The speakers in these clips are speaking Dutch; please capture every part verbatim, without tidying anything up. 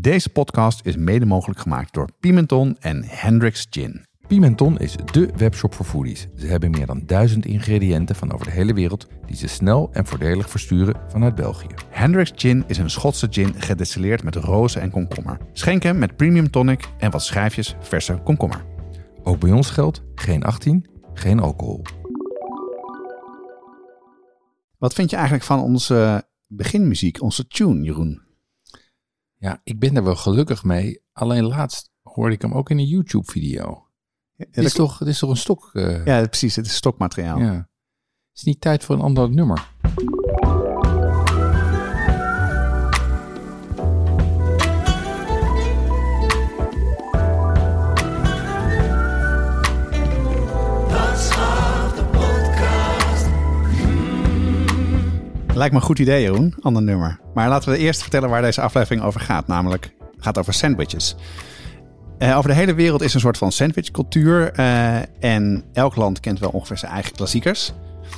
Deze podcast is mede mogelijk gemaakt door Pimenton en Hendrick's Gin. Pimenton is dé webshop voor foodies. Ze hebben meer dan duizend ingrediënten van over de hele wereld die ze snel en voordelig versturen vanuit België. Hendrick's Gin is een Schotse gin gedestilleerd met rozen en komkommer. Schenk hem met premium tonic en wat schijfjes verse komkommer. Ook bij ons geldt geen achttien, geen alcohol. Wat vind je eigenlijk van onze beginmuziek, onze tune, Jeroen? Ja, ik ben er wel gelukkig mee. Alleen laatst hoorde ik hem ook in een YouTube-video. Ja, het, is toch, het is toch een stok... Uh... Ja, precies. Het is stokmateriaal. Ja. Het is niet tijd voor een ander nummer. Lijkt me een goed idee, Jeroen. Ander nummer. Maar laten we eerst vertellen waar deze aflevering over gaat. Namelijk, het gaat over sandwiches. Uh, over de hele wereld is een soort van sandwichcultuur. Uh, en elk land kent wel ongeveer zijn eigen klassiekers.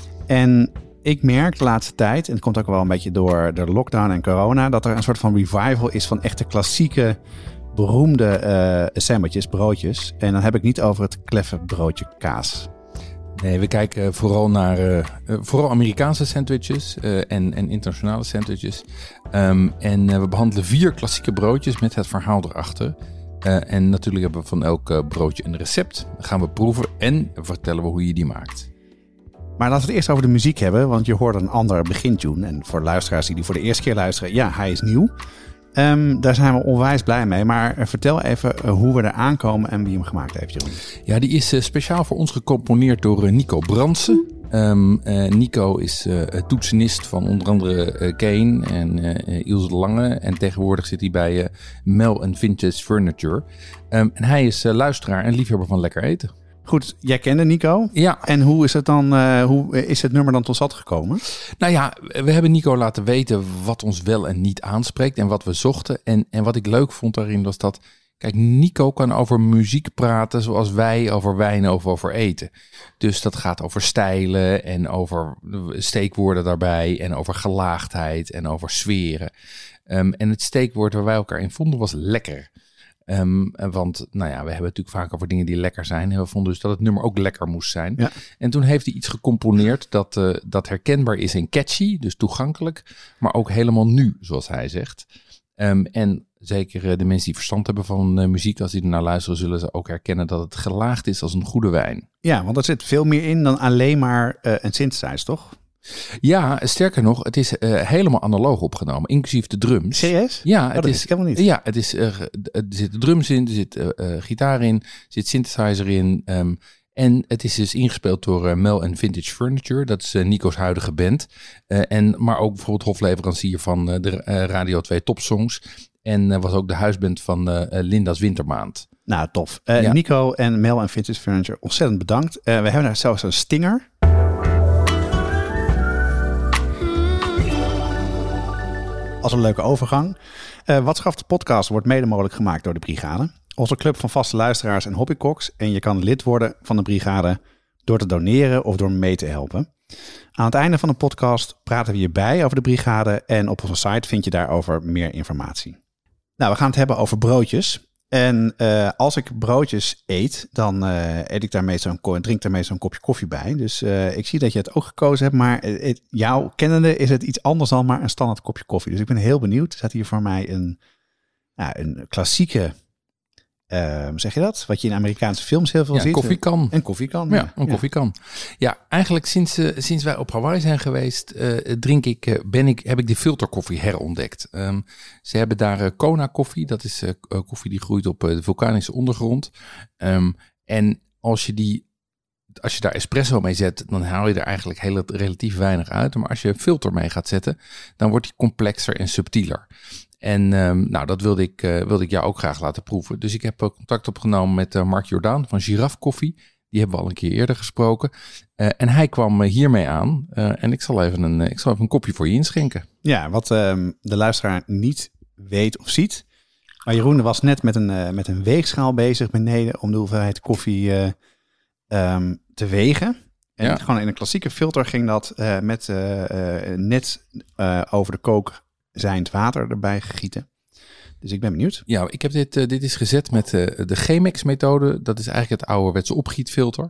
En ik merk de laatste tijd, en het komt ook wel een beetje door de lockdown en corona, dat er een soort van revival is van echte klassieke, beroemde uh, sandwiches, broodjes. En dan heb ik niet over het kleffe broodje kaas. Nee, we kijken vooral naar uh, vooral Amerikaanse sandwiches uh, en, en internationale sandwiches. Um, en uh, we behandelen vier klassieke broodjes met het verhaal erachter. Uh, en natuurlijk hebben we van elk uh, broodje een recept. Dan gaan we proeven en vertellen we hoe je die maakt. Maar laten we het eerst over de muziek hebben, want je hoort een ander begintune. En voor luisteraars die die voor de eerste keer luisteren, ja, hij is nieuw. Um, daar zijn we onwijs blij mee. Maar uh, vertel even uh, hoe we er aankomen en wie hem gemaakt heeft, Jeroen. Ja, die is uh, speciaal voor ons gecomponeerd door uh, Nico Brandsen. Um, uh, Nico is uh, toetsenist van onder andere uh, Kane en uh, Ilse de Lange. En tegenwoordig zit hij bij uh, Mel and Vintage Furniture. Um, en hij is uh, luisteraar en liefhebber van lekker eten. Goed, jij kende Nico. Ja. En hoe is het dan? Uh, hoe is het nummer dan tot stand gekomen? Nou ja, we hebben Nico laten weten wat ons wel en niet aanspreekt en wat we zochten. En, en wat ik leuk vond daarin was dat, kijk, Nico kan over muziek praten zoals wij over wijn of over eten. Dus dat gaat over stijlen en over steekwoorden daarbij en over gelaagdheid en over sferen. Um, en het steekwoord waar wij elkaar in vonden was lekker. Um, want nou ja, we hebben natuurlijk vaak over dingen die lekker zijn. En we vonden dus dat het nummer ook lekker moest zijn. Ja. En toen heeft hij iets gecomponeerd dat, uh, dat herkenbaar is en catchy, dus toegankelijk. Maar ook helemaal nu, zoals hij zegt. Um, en zeker uh, de mensen die verstand hebben van uh, muziek, als die ernaar luisteren, zullen ze ook herkennen dat het gelaagd is als een goede wijn. Ja, want er zit veel meer in dan alleen maar uh, een synthesizer, toch? Ja, sterker nog, het is uh, helemaal analoog opgenomen, inclusief de drums. Serieus? Ja, oh, het dat is helemaal niet. Ja, het is, uh, er zitten drums in, er zit uh, uh, gitaar in, er zit synthesizer in. Um, en het is dus ingespeeld door uh, Mel and Vintage Furniture. Dat is uh, Nico's huidige band. Uh, en, maar ook bijvoorbeeld hofleverancier van uh, de uh, Radio twee Topsongs. En uh, was ook de huisband van uh, Linda's Wintermaand. Nou, tof. Uh, ja. Nico en Mel and Vintage Furniture, ontzettend bedankt. Uh, we hebben daar zelfs een stinger. Als een leuke overgang. Uh, Wat schaft de podcast wordt mede mogelijk gemaakt door de Brigade. Onze club van vaste luisteraars en hobbykoks. En je kan lid worden van de Brigade door te doneren of door mee te helpen. Aan het einde van de podcast praten we je bij over de Brigade. En op onze site vind je daarover meer informatie. Nou, we gaan het hebben over broodjes. En uh, als ik broodjes eet, dan uh, eet ik daarmee zo'n, drink daarmee zo'n kopje koffie bij. Dus uh, ik zie dat je het ook gekozen hebt. Maar het, jouw kennende is het iets anders dan maar een standaard kopje koffie. Dus ik ben heel benieuwd. Er staat hier voor mij een, nou, een klassieke, uh, hoe zeg je dat? Wat je in Amerikaanse films heel veel ja, ziet. Een koffiekan. Een koffiekan. Ja, een ja. koffiekan. Ja, eigenlijk sinds, uh, sinds wij op Hawaii zijn geweest, uh, drink ik, uh, ben ik, heb ik de filterkoffie herontdekt. Um, ze hebben daar uh, Kona koffie. Dat is uh, koffie die groeit op uh, de vulkanische ondergrond. Um, en als je die Als je daar espresso mee zet, dan haal je er eigenlijk heel, relatief weinig uit. Maar als je een filter mee gaat zetten, dan wordt die complexer en subtieler. En um, nou, dat wilde ik, uh, wilde ik jou ook graag laten proeven. Dus ik heb uh, contact opgenomen met uh, Mark Jordaan van Giraffe Koffie. Die hebben we al een keer eerder gesproken. Uh, en hij kwam uh, hiermee aan. Uh, en ik zal, even een, uh, ik zal even een kopje voor je inschenken. Ja, wat um, de luisteraar niet weet of ziet. Maar Jeroen was net met een, uh, met een weegschaal bezig beneden om de hoeveelheid koffie uh, um, te wegen. En ja. gewoon in een klassieke filter ging dat uh, met uh, uh, net uh, over de kook zijnd water erbij gieten. Dus Dus ik ben benieuwd. Ja, ik heb dit, uh, dit is gezet met uh, de Chemex-methode. Dat is eigenlijk het ouderwetse opgietfilter.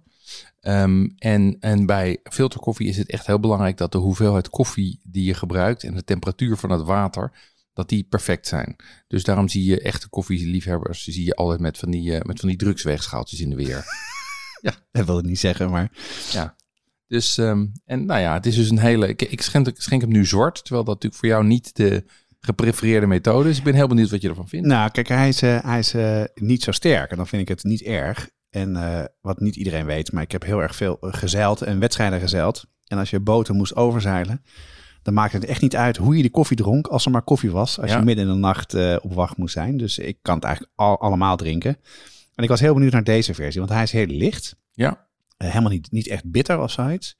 Um, en, en bij filterkoffie is het echt heel belangrijk dat de hoeveelheid koffie die je gebruikt en de temperatuur van het water, dat die perfect zijn. Dus daarom zie je echte koffieliefhebbers, zie je altijd met van die, uh, met van die drugsweegschaaltjes in de weer. Ja, dat wil ik niet zeggen, maar... Ja, dus, um, en nou ja, het is dus een hele... Ik, ik schenk, schenk hem nu zwart, terwijl dat natuurlijk voor jou niet de geprefereerde methode is. Ik ben heel benieuwd wat je ervan vindt. Nou, kijk, hij is, uh, hij is uh, niet zo sterk en dan vind ik het niet erg. En uh, wat niet iedereen weet, maar ik heb heel erg veel gezeild en wedstrijden gezeild. En als je boten moest overzeilen, dan maakte het echt niet uit hoe je de koffie dronk, als er maar koffie was. Als ja. je midden in de nacht uh, op wacht moest zijn. Dus ik kan het eigenlijk al, allemaal drinken. En ik was heel benieuwd naar deze versie, want hij is heel licht. Ja. Uh, helemaal niet, niet echt bitter of zoiets.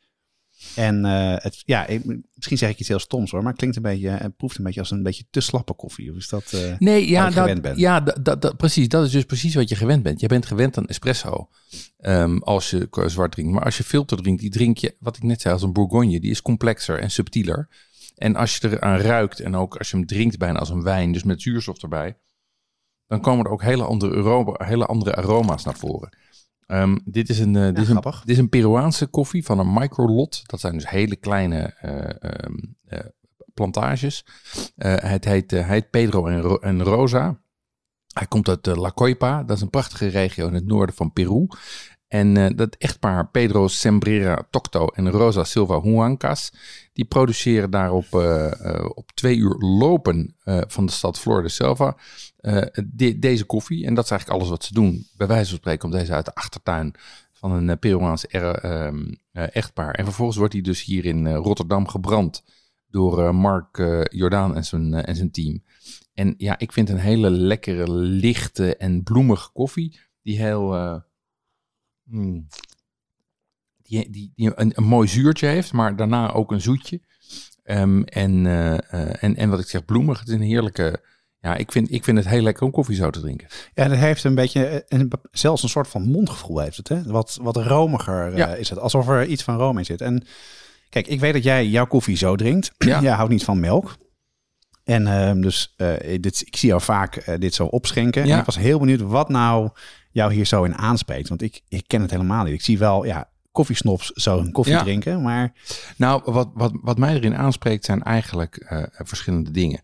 En uh, het, ja, ik, misschien zeg ik iets heel stoms hoor, maar het klinkt een beetje, het proeft een beetje als een beetje te slappe koffie. Of is dat uh, nee, ja, wat ik dat, gewend ben? Ja, dat, dat, dat, precies. Dat is dus precies wat je gewend bent. Je bent gewend aan espresso um, als je zwart drinkt. Maar als je filter drinkt, die drink je, wat ik net zei, als een Bourgogne. Die is complexer en subtieler. En als je eraan ruikt en ook als je hem drinkt bijna als een wijn, dus met zuurstof erbij, dan komen er ook hele andere, Europa, hele andere aroma's naar voren. Um, dit, is een, uh, dit, ja, is een, dit is een Peruaanse koffie van een microlot. Dat zijn dus hele kleine uh, um, uh, plantages. Uh, het heet, uh, heet Pedro en, Ro- en Rosa. Hij komt uit uh, La Coipa. Dat is een prachtige regio in het noorden van Peru. En uh, dat echtpaar Pedro Sembrera Tocto en Rosa Silva Huancas, die produceren daar op, uh, uh, op twee uur lopen uh, van de stad Flor de Selva uh, de, deze koffie. En dat is eigenlijk alles wat ze doen. Bij wijze van spreken komt deze uit de achtertuin van een uh, Peruaans er, uh, uh, echtpaar. En vervolgens wordt hij dus hier in uh, Rotterdam gebrand door uh, Mark uh, Jordaan en zijn, uh, en zijn team. En ja, ik vind een hele lekkere, lichte en bloemige koffie die heel... Uh, Hmm. Die, die, die een, een mooi zuurtje heeft, maar daarna ook een zoetje. Um, en, uh, uh, en, en wat ik zeg, bloemig. Het is een heerlijke... Ja, ik vind, ik vind het heel lekker om koffie zo te drinken. Ja, het heeft een beetje... Een, zelfs een soort van mondgevoel heeft het, hè? Wat, wat romiger uh, ja. is het. Alsof er iets van room in zit. En kijk, ik weet dat jij jouw koffie zo drinkt. Ja. Jij houdt niet van melk. En uh, dus uh, dit, ik zie jou vaak uh, dit zo opschenken. Ja. En ik was heel benieuwd wat nou jou hier zo in aanspreekt. Want ik, ik ken het helemaal niet. Ik zie wel, ja, koffiesnops zo een koffie ja. drinken, maar... Nou, wat, wat, wat mij erin aanspreekt zijn eigenlijk uh, verschillende dingen.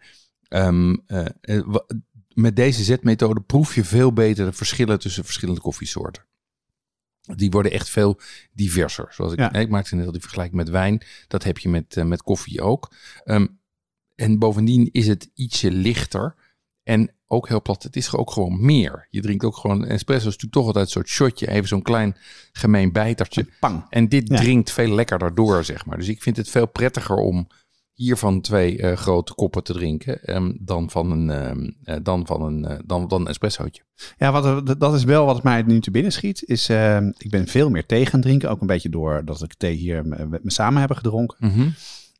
Um, uh, uh, met deze zetmethode proef je veel beter de verschillen tussen verschillende koffiesoorten. Die worden echt veel diverser. Zoals ik, ja. ik maakte net al die vergelijking met wijn. Dat heb je met, uh, met koffie ook. Um, en bovendien is het ietsje lichter. En ook heel plat, het is ook gewoon meer. Je drinkt ook gewoon, espresso is natuurlijk toch altijd een soort shotje. Even zo'n klein gemeen bijtertje. Pang. En dit ja. drinkt veel lekkerder door, zeg maar. Dus ik vind het veel prettiger om hiervan twee uh, grote koppen te drinken. Um, dan van een, uh, dan van een, uh, dan, dan een espressootje. Ja, wat, dat is wel wat mij nu te binnen schiet. Is, uh, ik ben veel meer thee gaan drinken. Ook een beetje door dat ik thee hier met me samen hebben gedronken. Mm-hmm.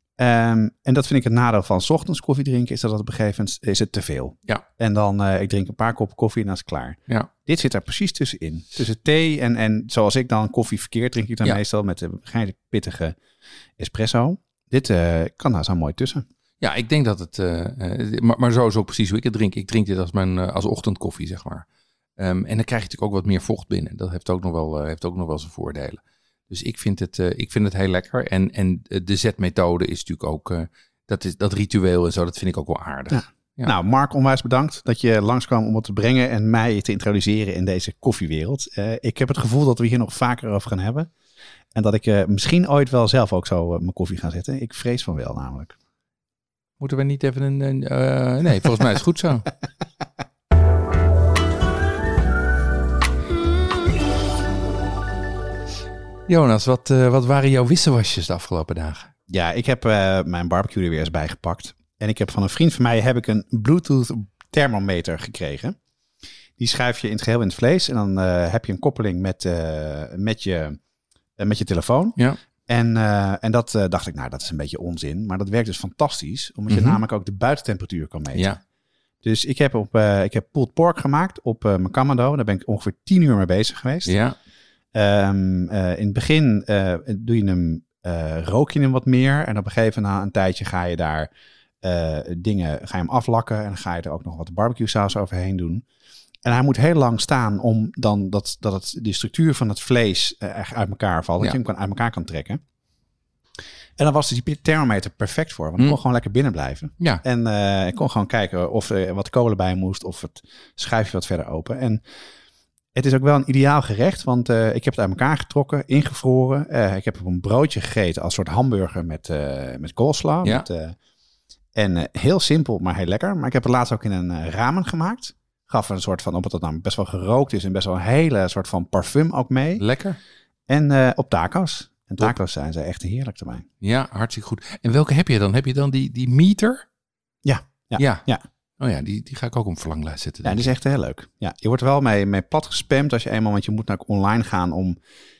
Um, en dat vind ik het nadeel van 's ochtends koffie drinken, is dat het op een gegeven moment is het te veel. Ja. En dan, uh, ik drink een paar koppen koffie en dan is het klaar. Ja. Dit zit er precies tussenin. Tussen thee en, en zoals ik dan koffie verkeerd drink ik dan ja. meestal met een waarschijnlijk pittige espresso. Dit uh, kan daar zo mooi tussen. Ja, ik denk dat het, uh, uh, maar, maar zo is ook precies hoe ik het drink. Ik drink dit als mijn uh, als ochtendkoffie, zeg maar. Um, en dan krijg je natuurlijk ook wat meer vocht binnen. Dat heeft ook nog wel, uh, heeft ook nog wel zijn voordelen. Dus ik vind het, uh, ik vind het heel lekker. En, en de zetmethode is natuurlijk ook, uh, dat, is, dat ritueel en zo, dat vind ik ook wel aardig. Ja. Ja. Nou, Mark, onwijs bedankt dat je langskwam om het te brengen en mij te introduceren in deze koffiewereld. Uh, ik heb het gevoel dat we hier nog vaker over gaan hebben. En dat ik uh, misschien ooit wel zelf ook zo uh, mijn koffie ga zetten. Ik vrees van wel namelijk. Moeten we niet even een... een uh, nee, volgens mij is het goed zo. Jonas, wat, uh, wat waren jouw wisselwasjes de afgelopen dagen? Ja, ik heb uh, mijn barbecue er weer eens bijgepakt. En ik heb van een vriend van mij heb ik een Bluetooth thermometer gekregen. Die schuif je in het geheel in het vlees. En dan uh, heb je een koppeling met, uh, met, je, uh, met je telefoon. Ja. En, uh, en dat uh, dacht ik, nou dat is een beetje onzin. Maar dat werkt dus fantastisch. Omdat je mm-hmm. namelijk ook de buitentemperatuur kan meten. Ja. Dus ik heb, op, uh, ik heb pulled pork gemaakt op uh, mijn Kamado. Daar ben ik ongeveer tien uur mee bezig geweest. Ja. Um, uh, in het begin uh, doe je hem, uh, rook je hem wat meer. En op een gegeven moment na een tijdje ga je daar uh, dingen, ga je hem aflakken en dan ga je er ook nog wat barbecue saus overheen doen. En hij moet heel lang staan om dan dat, dat het, de structuur van het vlees uh, echt uit elkaar valt. Dat ja. je hem kan, uit elkaar kan trekken. En dan was dus die thermometer perfect voor. Want ik mm. kon gewoon lekker binnen blijven. Ja. En uh, ik kon gewoon kijken of er wat kolen bij moest. Of het schuifje wat verder open. En het is ook wel een ideaal gerecht. Want uh, ik heb het uit elkaar getrokken, ingevroren. Uh, ik heb op een broodje gegeten als soort hamburger met, uh, met coleslaw. Ja. Met, uh, en uh, heel simpel, maar heel lekker. Maar ik heb het laatst ook in een uh, ramen gemaakt. Gaf een soort van, omdat het dan best wel gerookt is. En best wel een hele soort van parfum ook mee. Lekker. En uh, op taco's. En taco's zijn ze echt heerlijk te mij. Ja, hartstikke goed. En welke heb je dan? Heb je dan die, die meter? Ja, ja, ja. ja. Oh ja, die, die ga ik ook op een verlanglijst zetten. Ja, die is echt heel leuk. Ja, je wordt er wel mee, mee plat gespamd als je eenmaal, want je moet naar online gaan om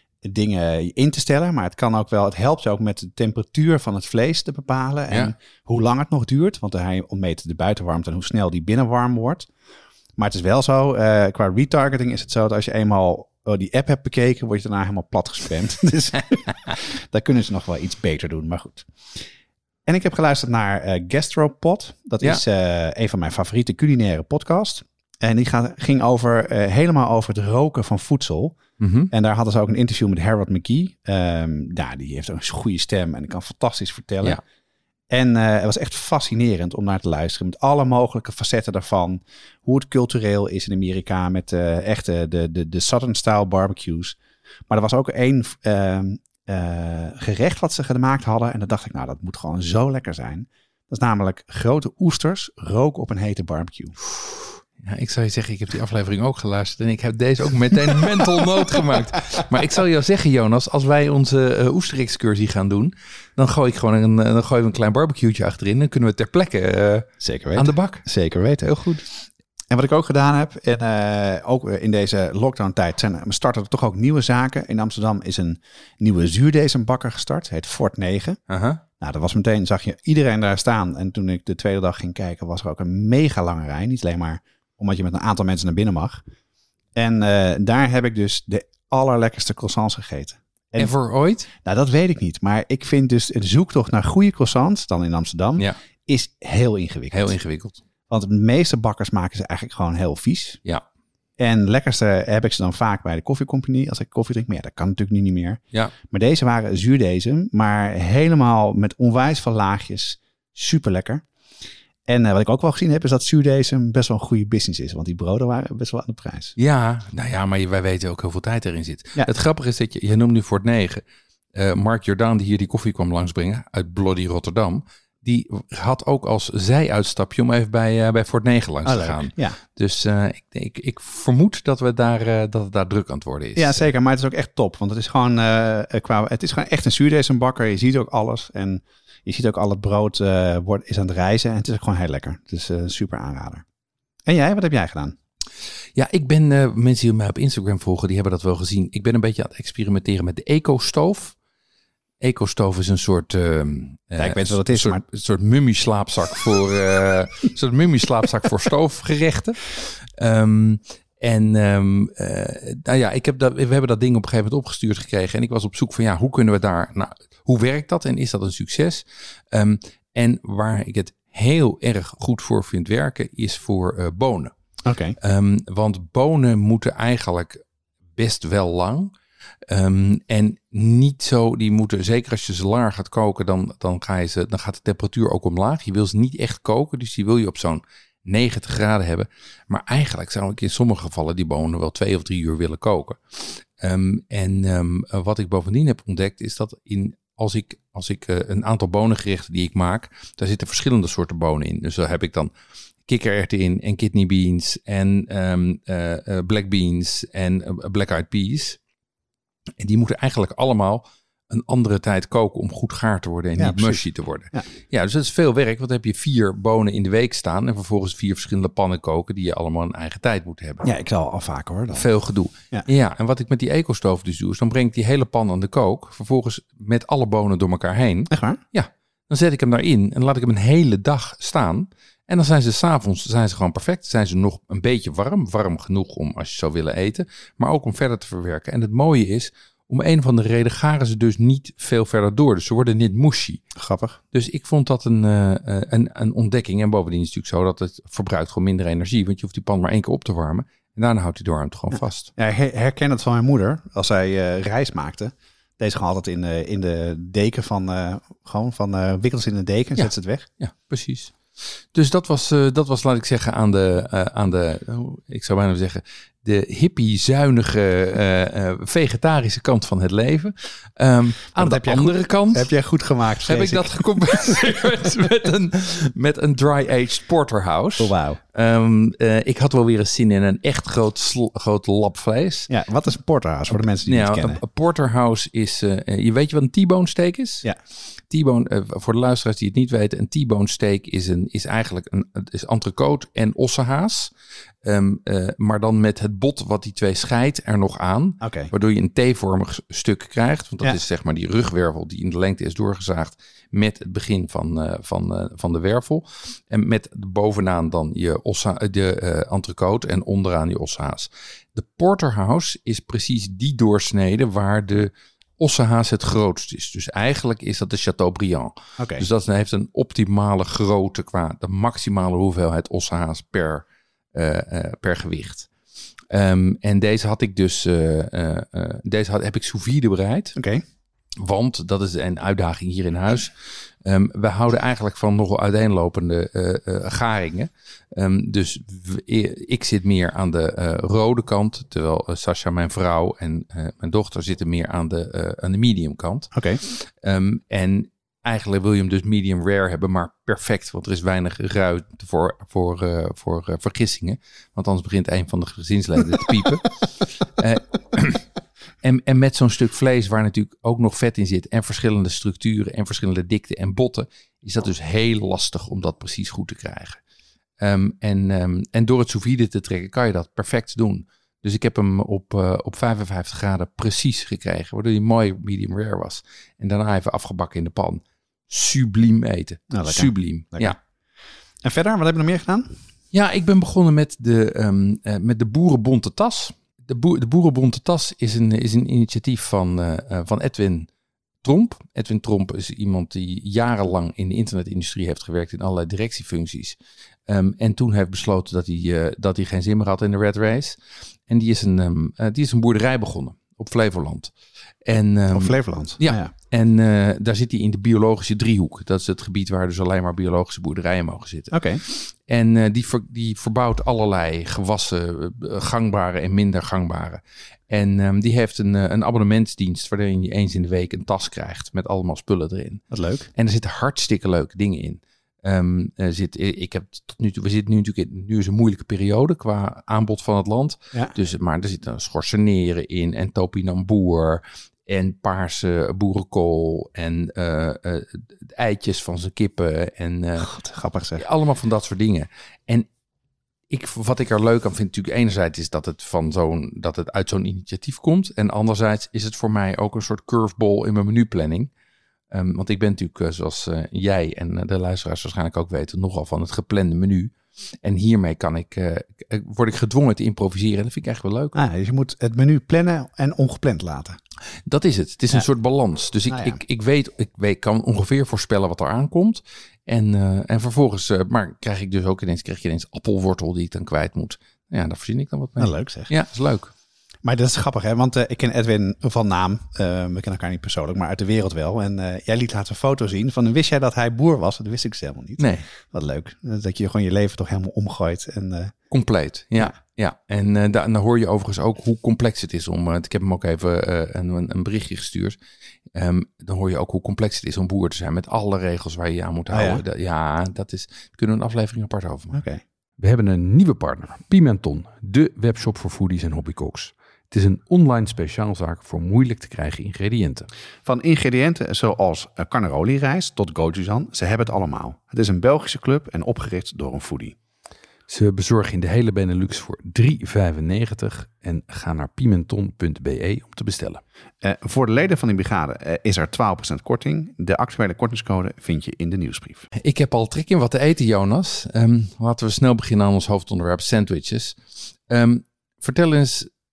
dingen in te stellen. Maar het kan ook wel, het helpt je ook met de temperatuur van het vlees te bepalen. En ja. hoe lang het nog duurt. Want hij ontmeet de buitenwarmte en hoe snel die binnen warm wordt. Maar het is wel zo, uh, qua retargeting is het zo dat als je eenmaal oh, die app hebt bekeken, word je daarna helemaal plat gespamd. Dus daar kunnen ze nog wel iets beter doen, maar goed. En ik heb geluisterd naar uh, Gastropod. Dat ja. is uh, een van mijn favoriete culinaire podcasts. En die gaat, ging over, uh, helemaal over het roken van voedsel. Mm-hmm. En daar hadden ze ook een interview met Harold McGee. Um, ja, die heeft een goede stem en die kan fantastisch vertellen. Ja. En uh, het was echt fascinerend om naar te luisteren. Met alle mogelijke facetten daarvan. Hoe het cultureel is in Amerika. Met uh, echt uh, de, de, de Southern style barbecues. Maar er was ook één uh, uh, gerecht wat ze gemaakt hadden. En dan dacht ik, nou dat moet gewoon zo lekker zijn. Dat is namelijk grote oesters roken op een hete barbecue. Ja, ik zou je zeggen, ik heb die aflevering ook geluisterd en ik heb deze ook meteen mental note gemaakt. Maar ik zal jou zeggen, Jonas, als wij onze uh, oesterexcursie gaan doen, dan gooi ik gewoon een, dan gooien we een klein barbecue'tje achterin. Dan kunnen we ter plekke uh, Zeker weten. aan de bak. Zeker weten. Heel goed. En wat ik ook gedaan heb, en uh, ook in deze lockdown-tijd, zijn, starten er toch ook nieuwe zaken. In Amsterdam is een nieuwe zuurdesembakker gestart, heet Fort negen. Uh-huh. Nou, dat was meteen, zag je iedereen daar staan. En toen ik de tweede dag ging kijken, was er ook een mega lange rij. Niet alleen maar omdat je met een aantal mensen naar binnen mag. En uh, daar heb ik dus de allerlekkerste croissants gegeten. En, en voor ooit? Nou, dat weet ik niet. Maar ik vind dus de zoektocht naar goede croissants, dan in Amsterdam, ja. is heel ingewikkeld. Heel ingewikkeld. Want de meeste bakkers maken ze eigenlijk gewoon heel vies. Ja. En lekkerste heb ik ze dan vaak bij de koffiecompagnie als ik koffie drink. Maar ja, dat kan natuurlijk nu niet meer. Ja. Maar deze waren zuurdesem, maar helemaal met onwijs veel laagjes. Super lekker. En uh, wat ik ook wel gezien heb, is dat zuurdesem best wel een goede business is. Want die broden waren best wel aan de prijs. Ja, nou ja, maar wij weten ook hoeveel tijd erin zit. Ja. Het grappige is dat je, je noemt nu Fort negen. Uh, Mark Jordaan, die hier die koffie kwam langsbrengen uit Bloody Rotterdam, die had ook als zijuitstapje om even bij, uh, bij Fort negen langs oh, te gaan. Ja. Dus uh, ik, ik, ik vermoed dat, we daar, uh, dat het daar druk aan het worden is. Ja, zeker. Maar het is ook echt top. Want het is gewoon, uh, qua, het is gewoon echt een zuurdesembakker. Je ziet ook alles. En je ziet ook al het brood uh, wordt, is aan het rijzen. En het is ook gewoon heel lekker. Het is een uh, super aanrader. En jij, wat heb jij gedaan? Ja, ik ben, uh, mensen die mij op Instagram volgen, die hebben dat wel gezien. Ik ben een beetje aan het experimenteren met de eco-stoof. Eco-stoof is een soort, uh, ja, ik weet wat het is, soort, maar een soort mummieslaapzak voor, uh, soort mummieslaapzak voor stoofgerechten. Um, en um, uh, nou ja, ik heb dat, we hebben dat ding op een gegeven moment opgestuurd gekregen. En ik was op zoek van, ja, hoe kunnen we daar, nou, hoe werkt dat en is dat een succes? Um, en waar ik het heel erg goed voor vind werken, is voor uh, bonen. Oké. Okay. Um, want bonen moeten eigenlijk best wel lang. Um, en niet zo, die moeten, zeker als je ze langer gaat koken, dan, dan, ga je ze, dan gaat de temperatuur ook omlaag. Je wil ze niet echt koken, dus die wil je op zo'n negentig graden hebben. Maar eigenlijk zou ik in sommige gevallen die bonen wel twee of drie uur willen koken. Um, en um, wat ik bovendien heb ontdekt is dat in, als ik, als ik uh, een aantal bonengerechten die ik maak, daar zitten verschillende soorten bonen in. Dus daar heb ik dan kikkererwten in en kidney beans en um, uh, uh, black beans en uh, black eyed peas. En die moeten eigenlijk allemaal een andere tijd koken om goed gaar te worden en ja, niet precies. mushy te worden. Ja. ja, dus dat is veel werk, want dan heb je vier bonen in de week staan en vervolgens vier verschillende pannen koken die je allemaal een eigen tijd moeten hebben. Ja, ik zal al vaak hoor. Dan. Veel gedoe. Ja. ja, en wat ik met die ecostoof dus doe, is dan breng ik die hele pan aan de kook, vervolgens met alle bonen door elkaar heen. Echt waar? Ja, dan zet ik hem daarin en laat ik hem een hele dag staan. En dan zijn ze 's avonds zijn ze gewoon perfect. Zijn ze nog een beetje warm. Warm genoeg om als je zou willen eten. Maar ook om verder te verwerken. En het mooie is, Om een of andere reden garen ze dus niet veel verder door. Dus ze worden niet mushy. Grappig. Dus ik vond dat een, uh, een, een ontdekking. En bovendien is het natuurlijk zo dat het verbruikt gewoon minder energie. Want je hoeft die pan maar één keer op te warmen. En daarna houdt die doorwarmte gewoon ja. vast. Ja, ik herken het van mijn moeder. Als zij uh, rijst maakte. Deed ze gewoon altijd in, uh, in de deken van... Uh, gewoon van uh, wikkelt ze in de deken en ja. zet ze het weg. Ja, precies. Dus dat was, uh, dat was, laat ik zeggen, aan de, uh, aan de uh, ik zou bijna zeggen, de hippie-zuinige, uh, uh, vegetarische kant van het leven. Um, aan de andere goed, kant... Heb jij goed gemaakt, Heb ik, ik dat gecompenseerd met een, met een dry-aged porterhouse. Oh, wauw. Um, uh, ik had wel weer eens zin in een echt groot, sl- groot lap vlees. Ja, wat is een porterhouse voor de mensen die nou, het kennen? Een, een porterhouse is, uh, je weet je wat een T-bone steak is? Ja. T-bone, uh, voor de luisteraars die het niet weten, een T-bone steak is, een, is eigenlijk een het is entrecote en ossehaas. Um, uh, maar dan met het bot wat die twee scheidt er nog aan. Okay. Waardoor je een T-vormig stuk krijgt. Want dat ja. is zeg maar die rugwervel die in de lengte is doorgezaagd met het begin van, uh, van, uh, van de wervel. En met bovenaan dan je ossa, de uh, entrecote en onderaan je ossehaas. De porterhouse is precies die doorsnede waar de ossehaas het grootst is. Dus eigenlijk is dat de Chateaubriand. Okay. Dus dat heeft een optimale grootte qua de maximale hoeveelheid ossehaas per, uh, uh, per gewicht. Um, en deze had ik dus, uh, uh, uh, deze had, heb ik sous vide bereid. Oké. Okay. Want dat is een uitdaging hier in huis. Um, we houden eigenlijk van nogal uiteenlopende uh, uh, garingen. Um, dus w- ik zit meer aan de uh, rode kant. Terwijl uh, Sascha, mijn vrouw en uh, mijn dochter zitten meer aan de, uh, aan de medium kant. Oké. Okay. Um, en eigenlijk wil je hem dus medium rare hebben, maar perfect. Want er is weinig ruimte voor, voor, uh, voor uh, vergissingen. Want anders begint een van de gezinsleden te piepen. uh, En, en met zo'n stuk vlees waar natuurlijk ook nog vet in zit en verschillende structuren en verschillende dikte en botten, is dat dus heel lastig om dat precies goed te krijgen. Um, en, um, en door het sous vide te trekken kan je dat perfect doen. Dus ik heb hem op, uh, op vijfenvijftig graden precies gekregen, waardoor hij mooi medium rare was. En daarna even afgebakken in de pan. Subliem eten. Nou, Subliem. Lekker. Ja. En verder, wat heb je nog meer gedaan? Ja, ik ben begonnen met de, um, uh, met de Boerenbonte Tas. De, boer, de Boerenbonte Tas is een, is een initiatief van, uh, van Edwin Tromp. Edwin Tromp is iemand die jarenlang in de internetindustrie heeft gewerkt in allerlei directiefuncties. Um, en toen heeft besloten dat hij, uh, dat hij geen zin meer had in de Red Race. En die is een, um, uh, die is een boerderij begonnen op Flevoland. En, um, op Flevoland? Ja, ah, ja. En uh, daar zit hij in de biologische driehoek. Dat is het gebied waar dus alleen maar biologische boerderijen mogen zitten. Oké. Okay. En uh, die, ver, die verbouwt allerlei gewassen, uh, gangbare en minder gangbare. En um, die heeft een, uh, een abonnementsdienst waarin je eens in de week een tas krijgt met allemaal spullen erin. Wat leuk. En er zitten hartstikke leuke dingen in. Um, er zit, ik heb tot nu toe, we zitten nu natuurlijk in, nu is een moeilijke periode qua aanbod van het land. Ja. Dus, maar er zitten schorseneren in en topinambour en paarse boerenkool en uh, uh, eitjes van zijn kippen en uh, God, grappig zeg. Allemaal van dat soort dingen. En ik, wat ik er leuk aan vind natuurlijk enerzijds is dat het van zo'n dat het uit zo'n initiatief komt en anderzijds is het voor mij ook een soort curveball in mijn menuplanning. Um, want ik ben natuurlijk, uh, zoals uh, jij en uh, de luisteraars waarschijnlijk ook weten, nogal van het geplande menu. En hiermee kan ik, uh, word ik gedwongen te improviseren. En dat vind ik echt wel leuk. Ah, dus je moet het menu plannen en ongepland laten. Dat is het. Het is ja. een soort balans. Dus ik, ah, ja. ik, ik, weet, ik weet, kan ongeveer voorspellen wat er aankomt. En, uh, en vervolgens, uh, maar krijg ik dus ook ineens, krijg je ineens appelwortel die ik dan kwijt moet. Ja, daar voorzien ik dan wat mee. Nou, leuk zeg. Ja, dat is leuk. Maar dat is grappig, hè? Want uh, ik ken Edwin van naam. Uh, we kennen elkaar niet persoonlijk, maar uit de wereld wel. En uh, jij liet laatst een foto zien van, wist jij dat hij boer was? Dat wist ik dus helemaal niet. Nee. Wat leuk. Dat je gewoon je leven toch helemaal omgooit. En, uh, Compleet, ja. ja. ja. En uh, dan hoor je overigens ook hoe complex het is om... Uh, ik heb hem ook even uh, een, een berichtje gestuurd. Um, dan hoor je ook hoe complex het is om boer te zijn. Met alle regels waar je je aan moet houden. Ah, ja? Dat, ja, dat is... Daar kunnen we een aflevering apart over maken. Okay. We hebben een nieuwe partner. Pimenton, de webshop voor foodies en hobbycooks. Het is een online speciaalzaak voor moeilijk te krijgen ingrediënten. Van ingrediënten zoals carnaroli rijst tot gochujang, ze hebben het allemaal. Het is een Belgische club en opgericht door een foodie. Ze bezorgen in de hele Benelux voor drie vijfennegentig en ga naar pimenton punt b e om te bestellen. Uh, voor de leden van die brigade uh, is er twaalf procent korting. De actuele kortingscode vind je in de nieuwsbrief. Ik heb al trek in wat te eten, Jonas. Um, laten we snel beginnen aan ons hoofdonderwerp sandwiches. Um, vertel eens...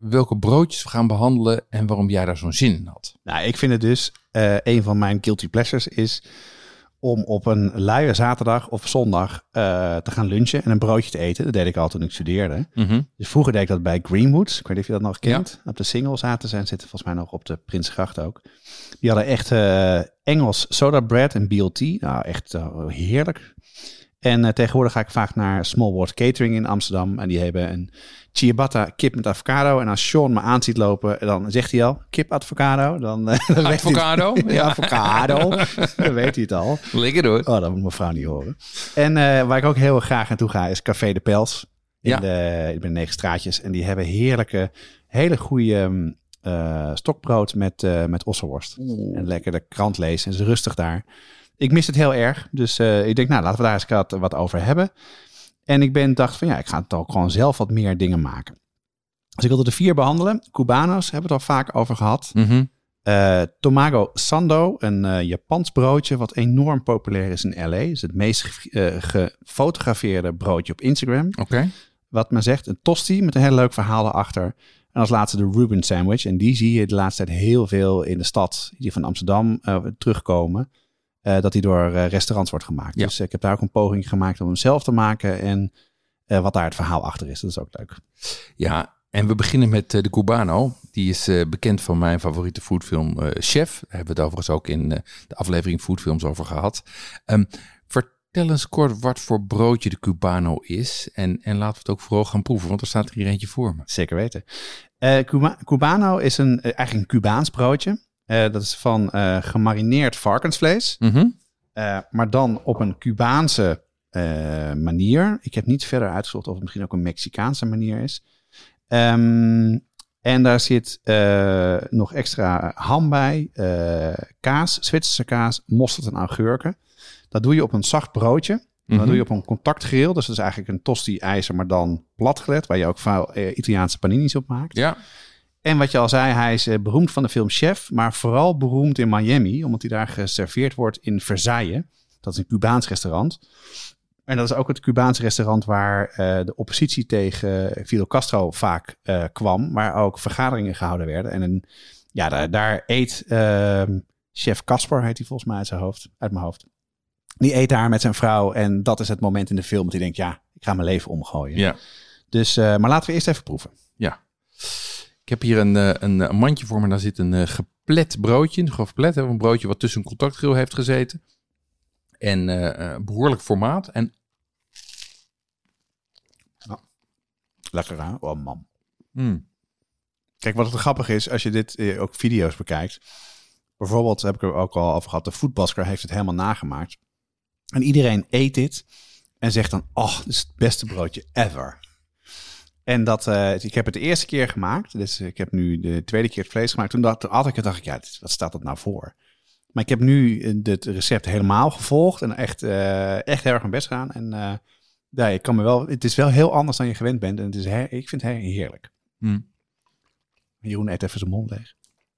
welke broodjes we gaan behandelen en waarom jij daar zo'n zin in had. Nou, ik vind het dus, uh, een van mijn guilty pleasures is om op een luie zaterdag of zondag uh, te gaan lunchen en een broodje te eten. Dat deed ik al toen ik studeerde. Mm-hmm. Dus vroeger deed ik dat bij Greenwoods. Ik weet niet of je dat nog kent. Ja. Op de Singel zaten ze en zitten volgens mij nog op de Prinsgracht ook. Die hadden echt uh, Engels soda bread en B L T. Nou, echt uh, heerlijk. En uh, tegenwoordig ga ik vaak naar Small World Catering in Amsterdam. En die hebben een ciabatta kip met avocado. En als Sean me aan ziet lopen, dan zegt hij al kip avocado. Dan, uh, dan avocado? Weet hij, ja, avocado. Dan weet hij het al. Lekker hoor. Oh, dat moet mijn vrouw niet horen. En uh, waar ik ook heel graag naartoe ga is Café de Pels. In ja. de, ik ben negen straatjes. En die hebben heerlijke, hele goede uh, stokbrood met, uh, met ossenworst. Oeh. En lekker de krant lezen. En ze rustig daar. Ik mis het heel erg. Dus uh, ik denk, nou, laten we daar eens wat over hebben. En ik ben dacht van, ja, ik ga het ook gewoon zelf wat meer dingen maken. Dus ik wilde de vier behandelen. Cubanos hebben we het al vaak over gehad. Mm-hmm. Uh, Tomago Sando, een uh, Japans broodje wat enorm populair is in L A. Het is het meest ge- uh, gefotografeerde broodje op Instagram. Oké. Okay. Wat men zegt, een tosti met een heel leuk verhaal erachter. En als laatste de Reuben sandwich. En die zie je de laatste tijd heel veel in de stad, die van Amsterdam uh, terugkomen. Uh, dat die door uh, restaurants wordt gemaakt. Ja. Dus uh, ik heb daar ook een poging gemaakt om hem zelf te maken. En uh, wat daar het verhaal achter is. Dat is ook leuk. Ja, en we beginnen met uh, de Cubano. Die is uh, bekend van mijn favoriete foodfilm uh, Chef. Daar hebben we het overigens ook in uh, de aflevering Foodfilms over gehad. Um, vertel eens kort wat voor broodje de Cubano is. En, en laten we het ook vooral gaan proeven. Want er staat er hier eentje voor me. Zeker weten. Uh, Cuba- Cubano is een, uh, eigenlijk een Cubaans broodje. Uh, dat is van uh, gemarineerd varkensvlees. Mm-hmm. Uh, maar dan op een Cubaanse uh, manier. Ik heb niet verder uitgezocht of het misschien ook een Mexicaanse manier is. Um, en daar zit uh, nog extra ham bij. Uh, kaas, Zwitserse kaas, mosterd en augurken. Dat doe je op een zacht broodje. Mm-hmm. Dat doe je op een contactgrill. Dus dat is eigenlijk een tosti-ijzer, maar dan platgelegd. Waar je ook veel uh, Italiaanse paninis op maakt. Ja. En wat je al zei, hij is uh, beroemd van de film Chef, maar vooral beroemd in Miami, omdat hij daar geserveerd wordt in Versailles. Dat is een Cubaans restaurant. En dat is ook het Cubaanse restaurant waar uh, de oppositie tegen Fidel Castro vaak uh, kwam, waar ook vergaderingen gehouden werden. En een, ja, daar, daar eet uh, chef Casper, heet hij volgens mij uit zijn hoofd, uit mijn hoofd. Die eet daar met zijn vrouw en dat is het moment in de film dat hij denkt, ja, ik ga mijn leven omgooien. Ja. Dus, uh, maar laten we eerst even proeven. Ja. Ik heb hier een, een, een mandje voor me. Daar zit een uh, geplet broodje in. Geplet, een broodje wat tussen een contactgrill heeft gezeten. En uh, behoorlijk formaat. En... Oh. Lekker hè? Oh man. Mm. Kijk, wat het grappig is, als je dit uh, ook video's bekijkt. Bijvoorbeeld, heb ik er ook al over gehad. De Foodbasker heeft het helemaal nagemaakt. En iedereen eet dit. En zegt dan, oh, dit is het beste broodje ever. En dat, uh, ik heb het de eerste keer gemaakt. Dus ik heb nu de tweede keer het vlees gemaakt. Toen dacht, toen had ik het, dacht ik, ja, wat staat dat nou voor? Maar ik heb nu het recept helemaal gevolgd. En echt, uh, echt heel erg mijn best gedaan. En uh, ja, ik kan me wel, het is wel heel anders dan je gewend bent. En het is her, ik vind het heerlijk. Hmm. Jeroen eet even zijn mond leeg.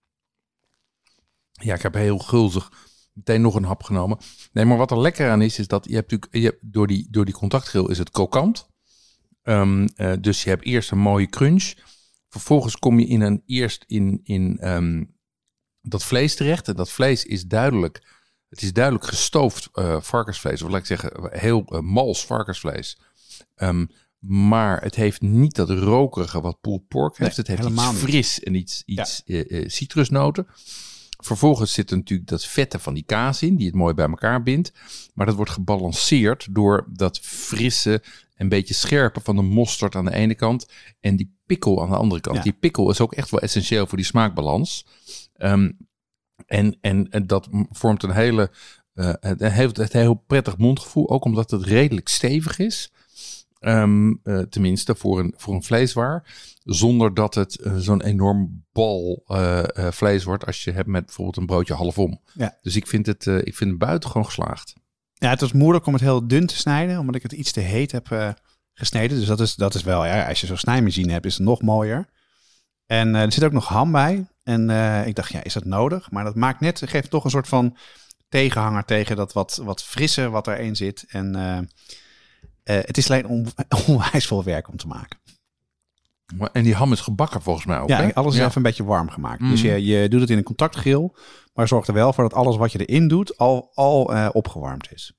Ja, ik heb heel gulzig meteen nog een hap genomen. Nee, maar wat er lekker aan is, is dat je hebt natuurlijk, je hebt, door die, door die contactgrill is het krokant. Um, uh, dus je hebt eerst een mooie crunch. Vervolgens kom je in een eerst in, in um, dat vlees terecht. En dat vlees is duidelijk, het is duidelijk gestoofd uh, varkensvlees. Of laat ik zeggen, heel uh, mals varkensvlees. Um, maar het heeft niet dat rokerige wat pulled pork heeft. Nee, het heeft iets fris niet. En iets, iets ja. uh, uh, citrusnoten. Vervolgens zit er natuurlijk dat vette van die kaas in, die het mooi bij elkaar bindt. Maar dat wordt gebalanceerd door dat frisse, een beetje scherpe van de mosterd aan de ene kant en die pikkel aan de andere kant. Ja. Die pikkel is ook echt wel essentieel voor die smaakbalans. Um, en, en, en dat vormt een hele, uh, het heeft een heel prettig mondgevoel, ook omdat het redelijk stevig is. Um, uh, tenminste voor een, voor een vleeswaar. Zonder dat het uh, zo'n enorm bal uh, uh, vlees wordt als je hebt met bijvoorbeeld een broodje halfom. Ja. Dus ik vind het, uh, ik vind het buitengewoon geslaagd. Ja, het was moeilijk om het heel dun te snijden, omdat ik het iets te heet heb uh, gesneden. Dus dat is, dat is wel, ja, als je zo'n snijmachine hebt, is het nog mooier. En uh, er zit ook nog ham bij. En uh, ik dacht, ja, is dat nodig? Maar dat maakt net, geeft toch een soort van tegenhanger tegen dat wat, wat frisse wat erin zit. En uh, uh, het is alleen on, onwijs veel werk om te maken. En die ham is gebakken volgens mij ook. Ja, hè? alles is ja. even een beetje warm gemaakt. Mm. Dus je, je doet het in een contactgrill, maar zorg er wel voor dat alles wat je erin doet al, al uh, opgewarmd is.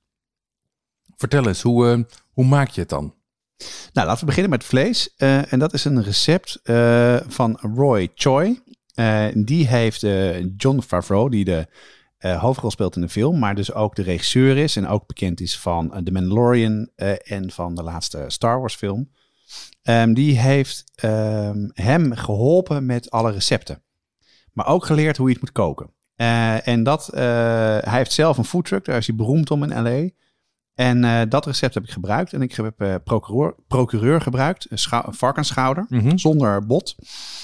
Vertel eens, hoe, uh, hoe maak je het dan? Nou, laten we beginnen met vlees. Uh, en dat is een recept uh, van Roy Choi. Uh, die heeft uh, Jon Favreau, die de uh, hoofdrol speelt in de film, maar dus ook de regisseur is en ook bekend is van uh, The Mandalorian uh, en van de laatste Star Wars film. Um, die heeft um, hem geholpen met alle recepten. Maar ook geleerd hoe je het moet koken. Uh, en dat, uh, hij heeft zelf een foodtruck, daar is hij beroemd om in L A. En uh, dat recept heb ik gebruikt. En ik heb uh, procureur, procureur gebruikt, een, schou- een varkensschouder, mm-hmm. zonder bot.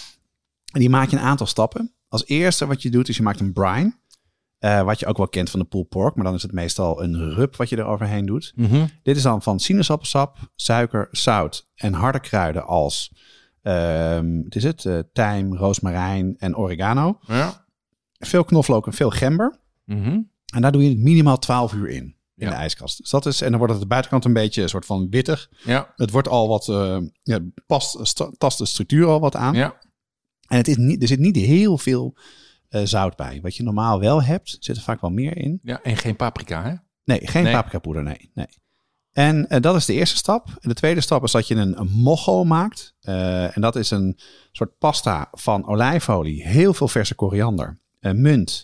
En die maak je een aantal stappen. Als eerste wat je doet is je maakt een brine. Uh, wat je ook wel kent van de pulled pork. Maar dan is het meestal een rub wat je er overheen doet. Mm-hmm. Dit is dan van sinaasappelsap, suiker, zout en harde kruiden als uh, wat is het? Uh, tijm, roosmarijn en oregano. Ja. Veel knoflook en veel gember. Mm-hmm. En daar doe je het minimaal twaalf uur in. In ja. de ijskast. Dus dat is, en dan wordt het de buitenkant een beetje een soort van wittig. Ja. Het wordt al wat, uh, ja, past, st- tast de structuur al wat aan. Ja. En het is niet, er zit niet heel veel uh, zout bij. Wat je normaal wel hebt, zit er vaak wel meer in. Ja, en geen paprika, hè? Nee, geen nee. paprikapoeder, nee. nee. En uh, dat is de eerste stap. En de tweede stap is dat je een, een mojo maakt. Uh, en dat is een soort pasta van olijfolie, heel veel verse koriander, uh, munt,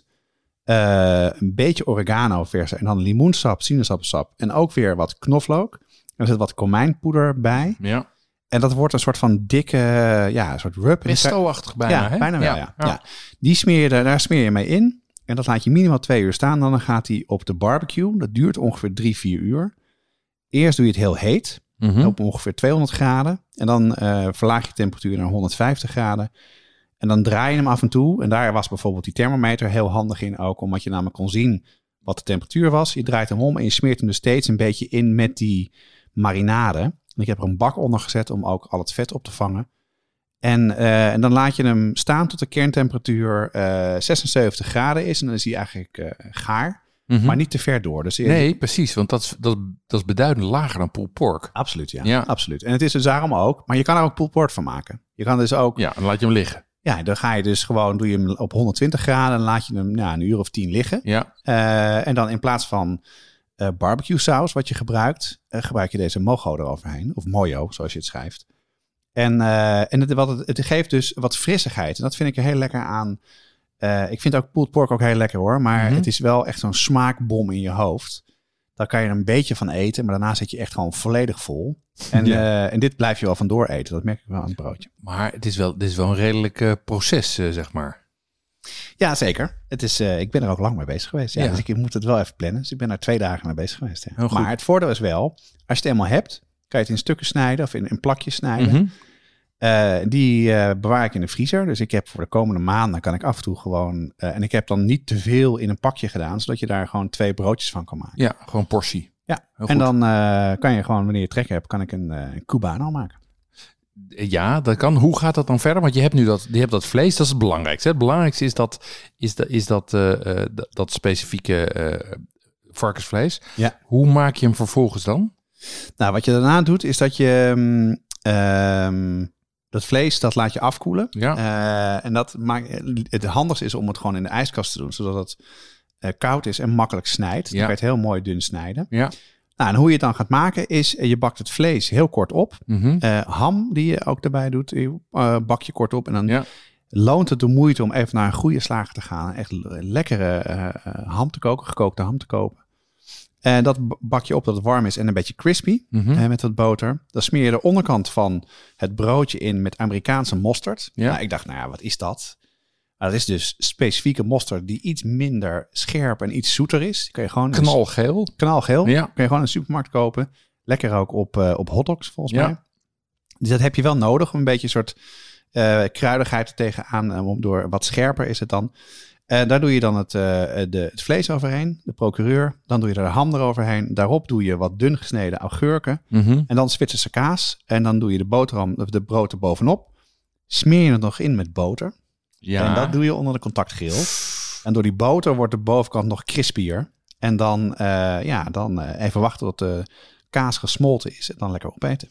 Uh, een beetje oregano verse en dan limoensap, sinaasappelsap en ook weer wat knoflook. Er zit wat komijnpoeder bij. Ja. En dat wordt een soort van dikke, ja, een soort rub. Pesto-achtig bijna, ja, hè? bijna wel, ja. ja. Ja. ja. Die smeer je, daar smeer je mee in. En dat laat je minimaal twee uur staan. Dan gaat hij op de barbecue. Dat duurt ongeveer drie, vier uur. Eerst doe je het heel heet. Mm-hmm. Op ongeveer tweehonderd graden. En dan uh, verlaag je temperatuur naar honderdvijftig graden. En dan draai je hem af en toe. En daar was bijvoorbeeld die thermometer heel handig in ook. Omdat je namelijk kon zien wat de temperatuur was. Je draait hem om en je smeert hem dus steeds een beetje in met die marinade. En ik heb er een bak onder gezet om ook al het vet op te vangen. En, uh, en dan laat je hem staan tot de kerntemperatuur uh, zesenzeventig graden is. En dan is hij eigenlijk uh, gaar. Mm-hmm. Maar niet te ver door. Dus nee, die... precies. Want dat is, dat, dat is beduidend lager dan pulled pork. Absoluut, ja. ja. Absoluut. En het is dus daarom ook. Maar je kan er ook pulled pork van maken. Je kan dus ook... Ja, dan laat je hem liggen. Ja, dan ga je dus gewoon, doe je hem op honderdtwintig graden en laat je hem ja, een uur of tien liggen. Ja. Uh, en dan in plaats van uh, barbecue saus wat je gebruikt, uh, gebruik je deze mojo eroverheen. Of mojo, zoals je het schrijft. En, uh, en het, wat het, het geeft dus wat frissigheid. En dat vind ik er heel lekker aan. Uh, ik vind ook pulled pork ook heel lekker hoor. Maar mm-hmm. het is wel echt zo'n smaakbom in je hoofd. Daar kan je er een beetje van eten, maar daarna zit je echt gewoon volledig vol. En, ja. uh, en dit blijf je wel van door eten. Dat merk ik wel aan het broodje. Maar het is wel, dit is wel een redelijk uh, proces, uh, zeg maar. Ja, zeker. Het is, uh, ik ben er ook lang mee bezig geweest. Ja, ja. Dus ik moet het wel even plannen. Dus ik ben er twee dagen mee bezig geweest. Ja. Maar het voordeel is wel, als je het eenmaal hebt, kan je het in stukken snijden of in, in plakjes snijden. Mm-hmm. Uh, die uh, bewaar ik in de vriezer. Dus ik heb voor de komende maanden kan ik af en toe gewoon... Uh, en ik heb dan niet te veel in een pakje gedaan, zodat je daar gewoon twee broodjes van kan maken. Ja, gewoon portie. Ja, en dan uh, kan je gewoon, wanneer je trek hebt, kan ik een, uh, een Cubano maken. Ja, dat kan. Hoe gaat dat dan verder? Want je hebt nu dat, je hebt dat vlees, dat is het belangrijkste. Het belangrijkste is dat, is dat, is dat, uh, uh, dat, dat specifieke uh, varkensvlees. Ja. Hoe maak je hem vervolgens dan? Nou, wat je daarna doet, is dat je... Um, um, dat vlees, dat laat je afkoelen. Ja. Uh, en dat maakt, het handigste is om het gewoon in de ijskast te doen, zodat het uh, koud is en makkelijk snijdt. Ja. Dan kan je het heel mooi dun snijden. Ja. Nou, en hoe je het dan gaat maken is, je bakt het vlees heel kort op. Mm-hmm. Uh, ham die je ook erbij doet, uh, bak je kort op. En dan ja. loont het de moeite om even naar een goede slager te gaan. Echt lekkere uh, ham te koken, gekookte ham te kopen. En dat bak je op dat het warm is en een beetje crispy mm-hmm. eh, met wat boter. Dan smeer je de onderkant van het broodje in met Amerikaanse mosterd. Ja. Nou, ik dacht, nou ja, wat is dat? Nou, dat is dus specifieke mosterd die iets minder scherp en iets zoeter is. Die kan je gewoon knalgeel. Dus, knalgeel. Ja. Kun je gewoon in de supermarkt kopen. Lekker ook op, uh, op hotdogs volgens ja. mij. Dus dat heb je wel nodig om een beetje een soort uh, kruidigheid er tegenaan. Uh, door wat scherper is het dan. Uh, daar doe je dan het, uh, de, het vlees overheen, de procureur. Dan doe je er de ham eroverheen. Daarop doe je wat dun gesneden augurken. Mm-hmm. En dan Zwitserse kaas. En dan doe je de boterham, de brood er bovenop. Smeer je het nog in met boter. Ja. En dat doe je onder de contactgrill. En door die boter wordt de bovenkant nog crispier. En dan, uh, ja, dan uh, even wachten tot de kaas gesmolten is. En dan lekker opeten.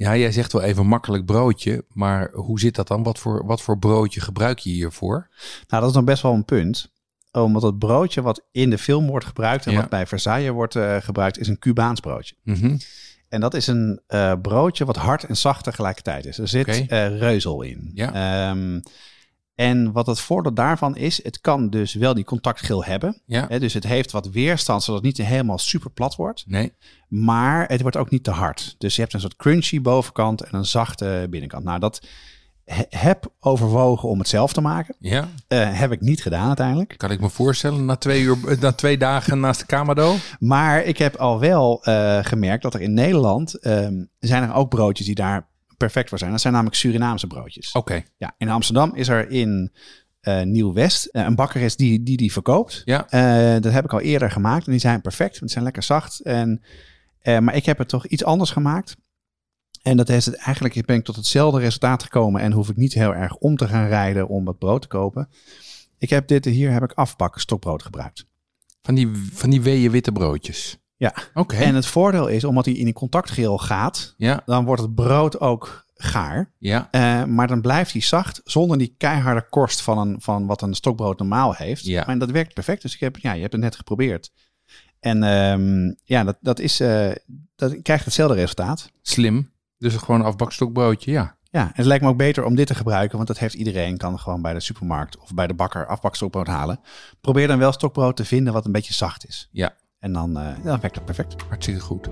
Ja, jij zegt wel even makkelijk broodje, maar hoe zit dat dan? Wat voor, wat voor broodje gebruik je hiervoor? Nou, dat is dan best wel een punt. Omdat het broodje wat in de film wordt gebruikt en ja. wat bij Versailles wordt uh, gebruikt, is een Cubaans broodje. Mm-hmm. En dat is een uh, broodje wat hard en zacht tegelijkertijd is. Er zit okay. uh, reuzel in. Ja. Um, en wat het voordeel daarvan is, het kan dus wel die contactgeel hebben. Ja. Hè, dus het heeft wat weerstand, zodat het niet helemaal super plat wordt. Nee. Maar het wordt ook niet te hard. Dus je hebt een soort crunchy bovenkant en een zachte binnenkant. Nou, dat he- heb overwogen om het zelf te maken. Ja. Uh, heb ik niet gedaan uiteindelijk. Kan ik me voorstellen, na twee, uur, na twee dagen naast de Kamado. Maar ik heb al wel uh, gemerkt dat er in Nederland um, zijn er ook broodjes die daar perfect voor zijn. Dat zijn namelijk Surinaamse broodjes. Oké. Okay. Ja, in Amsterdam is er in uh, Nieuw-West uh, een bakker is die die, die verkoopt. Ja. Uh, dat heb ik al eerder gemaakt en die zijn perfect. Want die zijn lekker zacht. En, uh, maar ik heb het toch iets anders gemaakt. En dat heeft het eigenlijk, ben ik tot hetzelfde resultaat gekomen en hoef ik niet heel erg om te gaan rijden om wat brood te kopen. Ik heb dit hier heb ik afbak stokbrood gebruikt. Van die, van die weeën witte broodjes. Ja, oké. Okay. En het voordeel is, omdat hij in die contactgeel gaat, ja. dan wordt het brood ook gaar. Ja. Uh, maar dan blijft hij zacht, zonder die keiharde korst van, een, van wat een stokbrood normaal heeft. Ja. En dat werkt perfect. Dus ik heb, ja, je hebt het net geprobeerd. En um, ja, dat, dat is, uh, dat krijgt hetzelfde resultaat. Slim. Dus gewoon een afbakstokbroodje, ja. Ja, en het lijkt me ook beter om dit te gebruiken, want dat heeft iedereen. Kan gewoon bij de supermarkt of bij de bakker afbakstokbrood halen. Probeer dan wel stokbrood te vinden wat een beetje zacht is. Ja. En dan, uh, dan werkt het perfect. Hartstikke goed.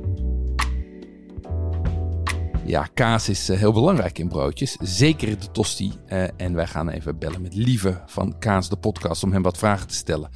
Ja, kaas is uh, heel belangrijk in broodjes. Zeker de tosti. Uh, en wij gaan even bellen met Lieve van Kaas de podcast om hem wat vragen te stellen.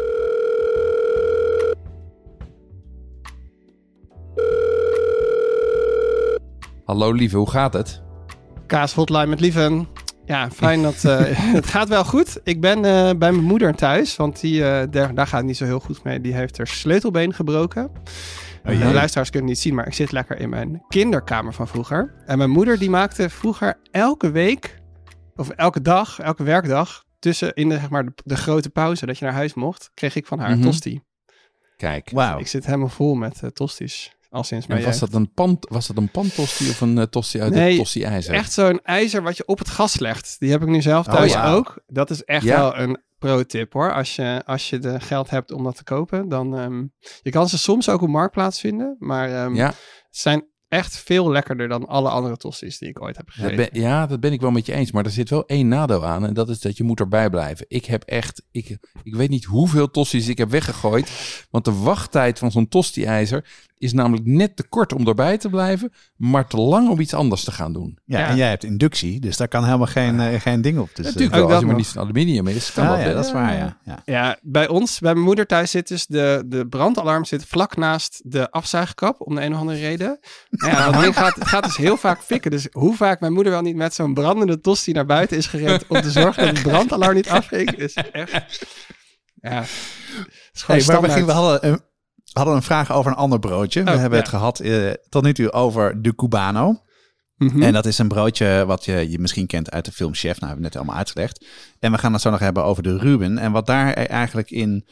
Hallo Lieve, hoe gaat het? Kaas Hotline met Lieve. Ja, fijn dat uh, het gaat wel goed. Ik ben uh, bij mijn moeder thuis, want die, uh, daar, daar gaat het niet zo heel goed mee. Die heeft haar sleutelbeen gebroken. Oh, uh, de luisteraars kunnen het niet zien, maar ik zit lekker in mijn kinderkamer van vroeger. En mijn moeder die maakte vroeger elke week, of elke dag, elke werkdag, tussen in de, zeg maar, de, de grote pauze dat je naar huis mocht, kreeg ik van haar mm-hmm. tosti. Kijk. Wow. Ik zit helemaal vol met uh, tosties. Al sinds mijn en was dat, een pan, was dat een pantosti of een uh, tosti uit nee, het tosti-ijzer? Echt zo'n ijzer wat je op het gas legt. Die heb ik nu zelf thuis oh, wow. ook. Dat is echt ja. wel een pro-tip hoor. Als je, als je de geld hebt om dat te kopen, dan... Um, je kan ze soms ook op Marktplaats vinden, maar um, ja. ze zijn echt veel lekkerder dan alle andere tosti's die ik ooit heb gegeten. Dat ben, ja, dat ben ik wel met je eens. Maar er zit wel één nadeel aan. En dat is dat je moet erbij blijven. Ik heb echt... Ik, ik weet niet hoeveel tosti's ik heb weggegooid. Want de wachttijd van zo'n tosti-ijzer is namelijk net te kort om erbij te blijven, maar te lang om iets anders te gaan doen. Ja, ja. En jij hebt inductie, dus daar kan helemaal geen, uh, geen ding op. Dus, ja, natuurlijk uh, wel, als je maar niet van aluminium is. Kan ja, dat ja, wel. dat is waar, ja. Ja, ja bij ons, bij mijn moeder thuis zit dus de, de brandalarm zit vlak naast de afzuigkap, om de een of andere reden. Nou ja, dat ding gaat, gaat dus heel vaak fikken. Dus hoe vaak mijn moeder wel niet met zo'n brandende tosti naar buiten is gerend om te zorgen dat het brandalarm niet afging, is echt... Ja, is hey, maar we, gingen, we hadden een, hadden een vraag over een ander broodje. We oh, hebben ja. het gehad uh, tot nu toe over de Cubano. Mm-hmm. En dat is een broodje wat je, je misschien kent uit de film Chef. Nou, hebben we net allemaal uitgelegd. En we gaan het zo nog hebben over de Ruben. En wat daar eigenlijk in,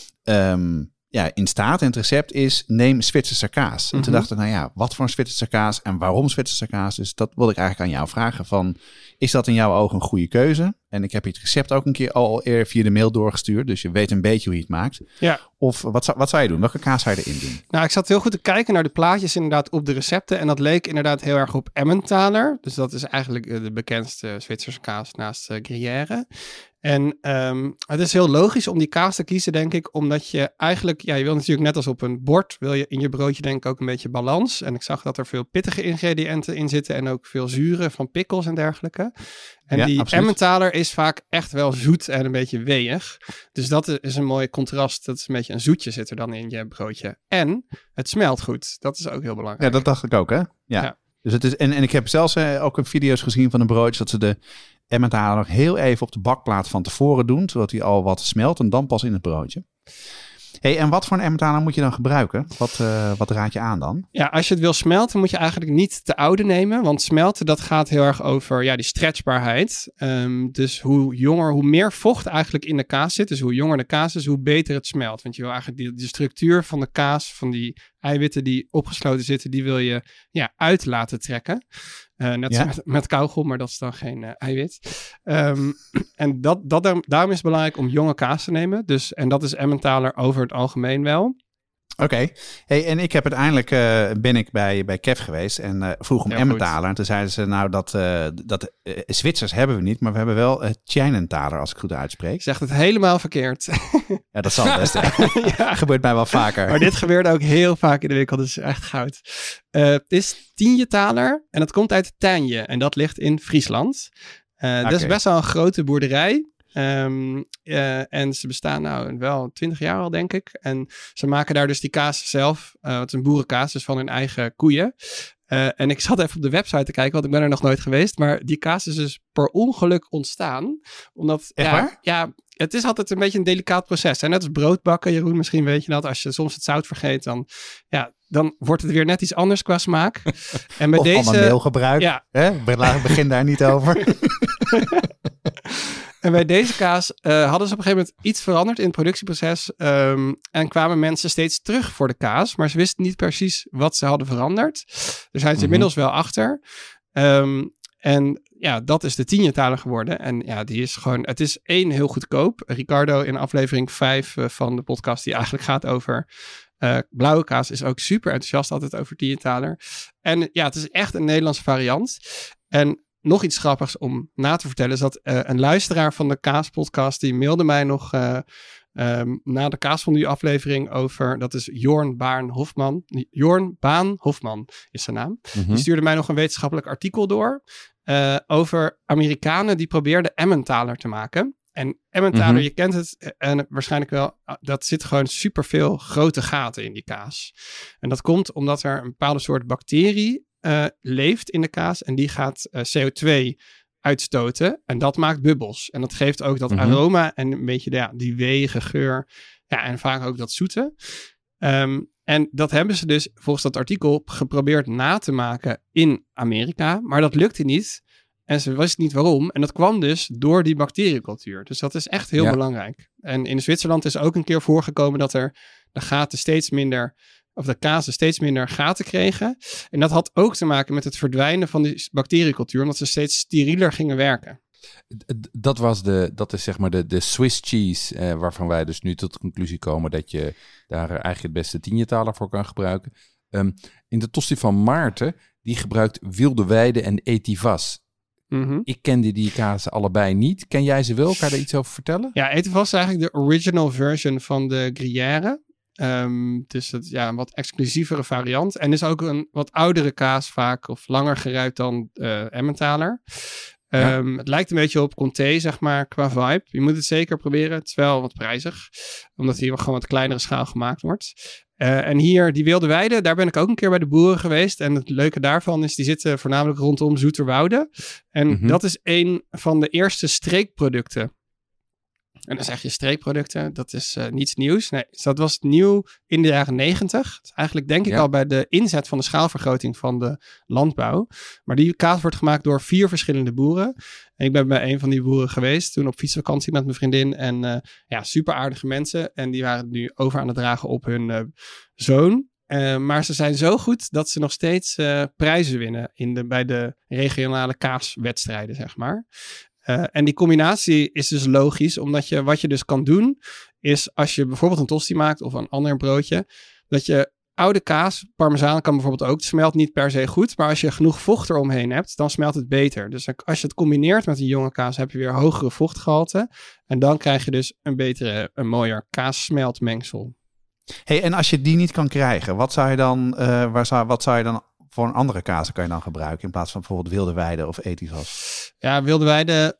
um, ja, in staat in het recept is, neem Zwitserse kaas. Mm-hmm. En toen dacht ik, nou ja, wat voor een Zwitserse kaas en waarom Zwitserse kaas? Dus dat wilde ik eigenlijk aan jou vragen van, is dat in jouw ogen een goede keuze? En ik heb je het recept ook een keer al eerder via de mail doorgestuurd. Dus je weet een beetje hoe je het maakt. Ja. Of wat zou, wat zou je doen? Welke kaas zou je erin doen? Nou, ik zat heel goed te kijken naar de plaatjes inderdaad op de recepten. En dat leek inderdaad heel erg op Emmentaler. Dus dat is eigenlijk de bekendste Zwitserse kaas naast uh, Gruyère. En um, het is heel logisch om die kaas te kiezen, denk ik. Omdat je eigenlijk, ja, je wil natuurlijk net als op een bord, wil je in je broodje denk ik ook een beetje balans. En ik zag dat er veel pittige ingrediënten in zitten en ook veel zure van pickles en dergelijke. En ja, die Emmentaler is vaak echt wel zoet en een beetje weeg. Dus dat is een mooi contrast. Dat is een beetje een zoetje zit er dan in je broodje. En het smelt goed. Dat is ook heel belangrijk. Ja, dat dacht ik ook, hè? Ja. ja. Dus het is, en, en ik heb zelfs uh, ook een video's gezien van een broodje dat ze de Emmentaler nog heel even op de bakplaat van tevoren doen, zodat hij al wat smelt en dan pas in het broodje. Hey, en wat voor een Emmentaler moet je dan gebruiken? Wat, uh, wat raad je aan dan? Ja, als je het wil smelten, moet je eigenlijk niet de oude nemen. Want smelten, dat gaat heel erg over ja, die stretchbaarheid. Um, dus hoe jonger, hoe meer vocht eigenlijk in de kaas zit. Dus hoe jonger de kaas is, hoe beter het smelt. Want je wil eigenlijk die, die structuur van de kaas, van die eiwitten die opgesloten zitten, die wil je ja, uit laten trekken. Uh, net Ja. als met, met kauwgom, maar dat is dan geen uh, eiwit. Um, en dat, dat, daarom is het belangrijk om jonge kaas te nemen. Dus, en dat is Emmentaler over het algemeen wel. Oké. Okay. Hey, en ik heb uiteindelijk uh, ben ik bij, bij Kev geweest en uh, vroeg om Emmentaler. En toen zeiden ze nou dat, uh, dat uh, Zwitsers hebben we niet, maar we hebben wel uh, Tjeinentaler, als ik goed uitspreek. Je zegt het helemaal verkeerd. Ja, dat zal best. Ja. Gebeurt mij wel vaker. Maar dit gebeurt ook heel vaak in de winkel, dus echt goud. Uh, het is Tienjetaler en dat komt uit Tijnje en dat ligt in Friesland. Uh, okay. Dat is best wel een grote boerderij. Um, uh, en ze bestaan nou wel twintig jaar al, denk ik. En ze maken daar dus die kaas zelf. Uh, het is een boerenkaas, dus van hun eigen koeien. Uh, en ik zat even op de website te kijken, want ik ben er nog nooit geweest. Maar die kaas is dus per ongeluk ontstaan. Omdat, Echt ja, waar? Ja, het is altijd een beetje een delicaat proces. Hè? Net als broodbakken, Jeroen, misschien weet je dat. Als je soms het zout vergeet, dan, ja, dan wordt het weer net iets anders qua smaak. En bij of deze, allemaal meelgebruik. Ja. Hè? Begin daar niet over. En bij deze kaas uh, hadden ze op een gegeven moment iets veranderd in het productieproces. Um, en kwamen mensen steeds terug voor de kaas. Maar ze wisten niet precies wat ze hadden veranderd. Daar zijn ze mm-hmm. inmiddels wel achter. Um, en ja, dat is de Tienjetaler geworden. En ja, die is gewoon... Het is één, heel goedkoop. Ricardo in aflevering vijf uh, van de podcast die eigenlijk gaat over... Uh, blauwe kaas is ook super enthousiast altijd over Tienjetaler. En ja, het is echt een Nederlandse variant. En... Nog iets grappigs om na te vertellen is dat uh, een luisteraar van de Kaaspodcast, die mailde mij nog uh, um, na de Kaasfondue aflevering over, dat is Jorn Baan Hofman. Jorn Baan Hofman is zijn naam. Mm-hmm. Die stuurde mij nog een wetenschappelijk artikel door uh, over Amerikanen die probeerden Emmentaler te maken. En Emmentaler, mm-hmm. je kent het en waarschijnlijk wel, dat zit gewoon superveel grote gaten in die kaas. En dat komt omdat er een bepaalde soort bacterie Uh, leeft in de kaas en die gaat uh, C O twee uitstoten en dat maakt bubbels. En dat geeft ook dat mm-hmm. aroma en een beetje de, ja, die weege geur ja, en vaak ook dat zoete. Um, en dat hebben ze dus volgens dat artikel geprobeerd na te maken in Amerika, maar dat lukte niet en ze wisten niet waarom. En dat kwam dus door die bacteriecultuur. Dus dat is echt heel ja. belangrijk. En in Zwitserland is ook een keer voorgekomen dat er de gaten steeds minder... of de kazen steeds minder gaten kregen. En dat had ook te maken met het verdwijnen van die bacteriecultuur, omdat ze steeds sterieler gingen werken. Dat, was de, dat is zeg maar de, de Swiss cheese, eh, waarvan wij dus nu tot de conclusie komen dat je daar eigenlijk het beste Tienjetaler voor kan gebruiken. Um, in de tosti van Maarten, die gebruikt Wilde Weide en Etivas. Mm-hmm. Ik kende die kazen allebei niet. Ken jij ze wel? Kan je daar iets over vertellen? Ja, Etivas is eigenlijk de original version van de Gruyère. Um, dus het ja, een wat exclusievere variant. En is ook een wat oudere kaas vaak of langer geruit dan uh, Emmentaler. Um, ja. Het lijkt een beetje op Comté, zeg maar, qua vibe. Je moet het zeker proberen. Het is wel wat prijzig, omdat hier gewoon wat kleinere schaal gemaakt wordt. Uh, en hier, die Wilde Weide, daar ben ik ook een keer bij de boeren geweest. En het leuke daarvan is, die zitten voornamelijk rondom Zoeterwoude. En mm-hmm. dat is een van de eerste streekproducten. En dan zeg je streekproducten, dat is uh, niets nieuws. Nee, dat was nieuw in de jaren negentig. Eigenlijk denk ik ja. al bij de inzet van de schaalvergroting van de landbouw. Maar die kaas wordt gemaakt door vier verschillende boeren. En ik ben bij een van die boeren geweest, toen op fietsvakantie met mijn vriendin. En uh, ja, super aardige mensen. En die waren nu over aan het dragen op hun uh, zoon. Uh, maar ze zijn zo goed dat ze nog steeds uh, prijzen winnen in de, bij de regionale kaaswedstrijden, zeg maar. Uh, en die combinatie is dus logisch, omdat je wat je dus kan doen, is als je bijvoorbeeld een tosti maakt of een ander broodje, dat je oude kaas, parmezaan kan bijvoorbeeld ook, het smelt niet per se goed, maar als je genoeg vocht eromheen hebt, dan smelt het beter. Dus als je het combineert met een jonge kaas, heb je weer hogere vochtgehalte en dan krijg je dus een betere, een mooier kaassmeltmengsel. Hey, en als je die niet kan krijgen, wat zou je dan, uh, waar zou, wat zou je dan voor een andere kaas kan je dan gebruiken in plaats van bijvoorbeeld Wilde Weide of Etivas? Ja, Wilde Weide.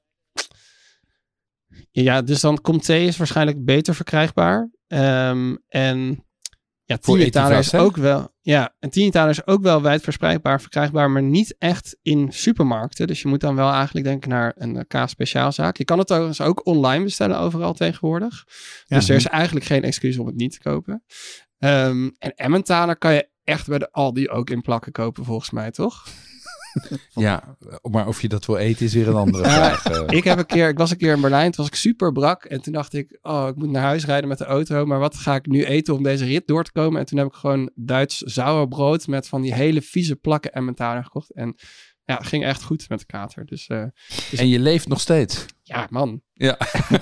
Ja, dus dan Comté is waarschijnlijk beter verkrijgbaar. Um, en ja, Tienjetaler is ook wel. Ja, en Tienjetaler is ook wel wijd verspreidbaar, verkrijgbaar, maar niet echt in supermarkten. Dus je moet dan wel eigenlijk denken naar een uh, kaas-speciaalzaak. Je kan het overigens ook online bestellen overal tegenwoordig. Ja. Dus er is eigenlijk geen excuus om het niet te kopen. Um, en Emmentaler kan je echt bij de Aldi ook in plakken kopen, volgens mij, toch? Ja, maar of je dat wil eten is weer een andere vraag. Uh, ik, heb een keer, ik was een keer in Berlijn, toen was ik super brak. En toen dacht ik, oh, ik moet naar huis rijden met de auto. Maar wat ga ik nu eten om deze rit door te komen? En toen heb ik gewoon Duits sauerbrood met van die hele vieze plakken Emmentaler gekocht. En ja, het ging echt goed met de kater. Dus, uh, dus... En je leeft nog steeds? Ja, man. Ja.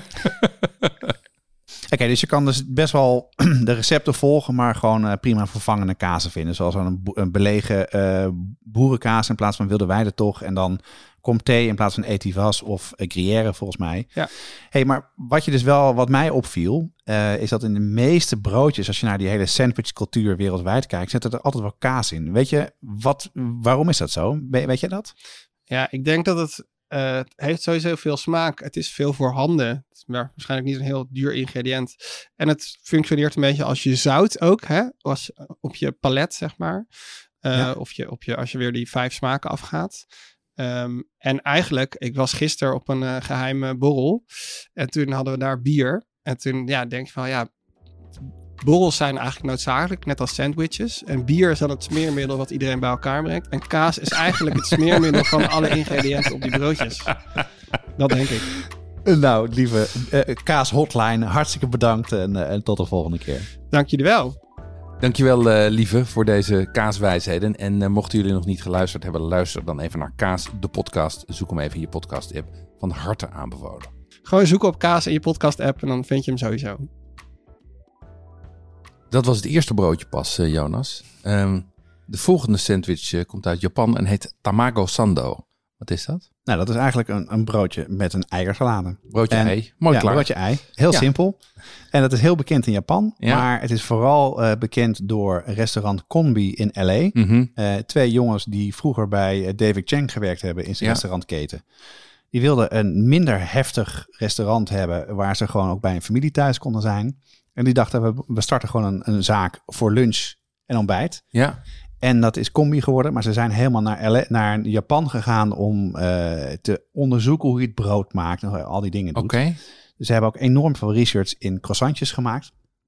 Oké, okay, dus je kan dus best wel de recepten volgen, maar gewoon uh, prima vervangende kazen vinden. Zoals een, bo- een belegen uh, boerenkaas in plaats van wilde weidetocht. En dan comté in plaats van etivas of uh, gruyère volgens mij. Ja. Hey, maar wat je dus wel, wat mij opviel, uh, is dat in de meeste broodjes, als je naar die hele sandwichcultuur wereldwijd kijkt, zit er altijd wel kaas in. Weet je, wat, waarom is dat zo? We, weet je dat? Ja, ik denk dat het... Uh, het heeft sowieso veel smaak. Het is veel voorhanden. Het is waarschijnlijk niet een heel duur ingrediënt. En het functioneert een beetje als je zout ook. Hè? Als, op je palet, zeg maar. Uh, ja. Of je, op je, als je weer die vijf smaken afgaat. Um, en eigenlijk, ik was gisteren op een uh, geheime borrel. En toen hadden we daar bier. En toen ja, denk je van ja... Borrels zijn eigenlijk noodzakelijk, net als sandwiches. En bier is dan het smeermiddel wat iedereen bij elkaar brengt. En kaas is eigenlijk het smeermiddel van alle ingrediënten op die broodjes. Dat denk ik. Nou, lieve uh, Kaas Hotline, hartstikke bedankt en, uh, en tot de volgende keer. Dank jullie wel. Dankjewel, uh, lieve, voor deze kaaswijsheden. En uh, mochten jullie nog niet geluisterd hebben, luister dan even naar Kaas, de podcast. Zoek hem even in je podcast-app. Van harte aanbevolen. Gewoon zoeken op Kaas in je podcast-app en dan vind je hem sowieso. Dat was het eerste broodje pas, uh, Jonas. Um, de volgende sandwich uh, komt uit Japan en heet Tamago Sando. Wat is dat? Nou, dat is eigenlijk een, een broodje met een eiersalade. Broodje en, ei. Mooi ja, klaar. broodje ei. Heel ja. simpel. En dat is heel bekend in Japan. Ja. Maar het is vooral uh, bekend door restaurant Konbi in L A. Mm-hmm. Uh, twee jongens die vroeger bij uh, David Chang gewerkt hebben in zijn ja. restaurantketen. Die wilden een minder heftig restaurant hebben waar ze gewoon ook bij een familie thuis konden zijn. En die dachten, we, we starten gewoon een, een zaak voor lunch en ontbijt. Ja. En dat is Combi geworden. Maar ze zijn helemaal naar, L A, naar Japan gegaan om uh, te onderzoeken hoe je het brood maakt. En al die dingen doet. Okay. Dus ze hebben ook enorm veel research in croissantjes gemaakt.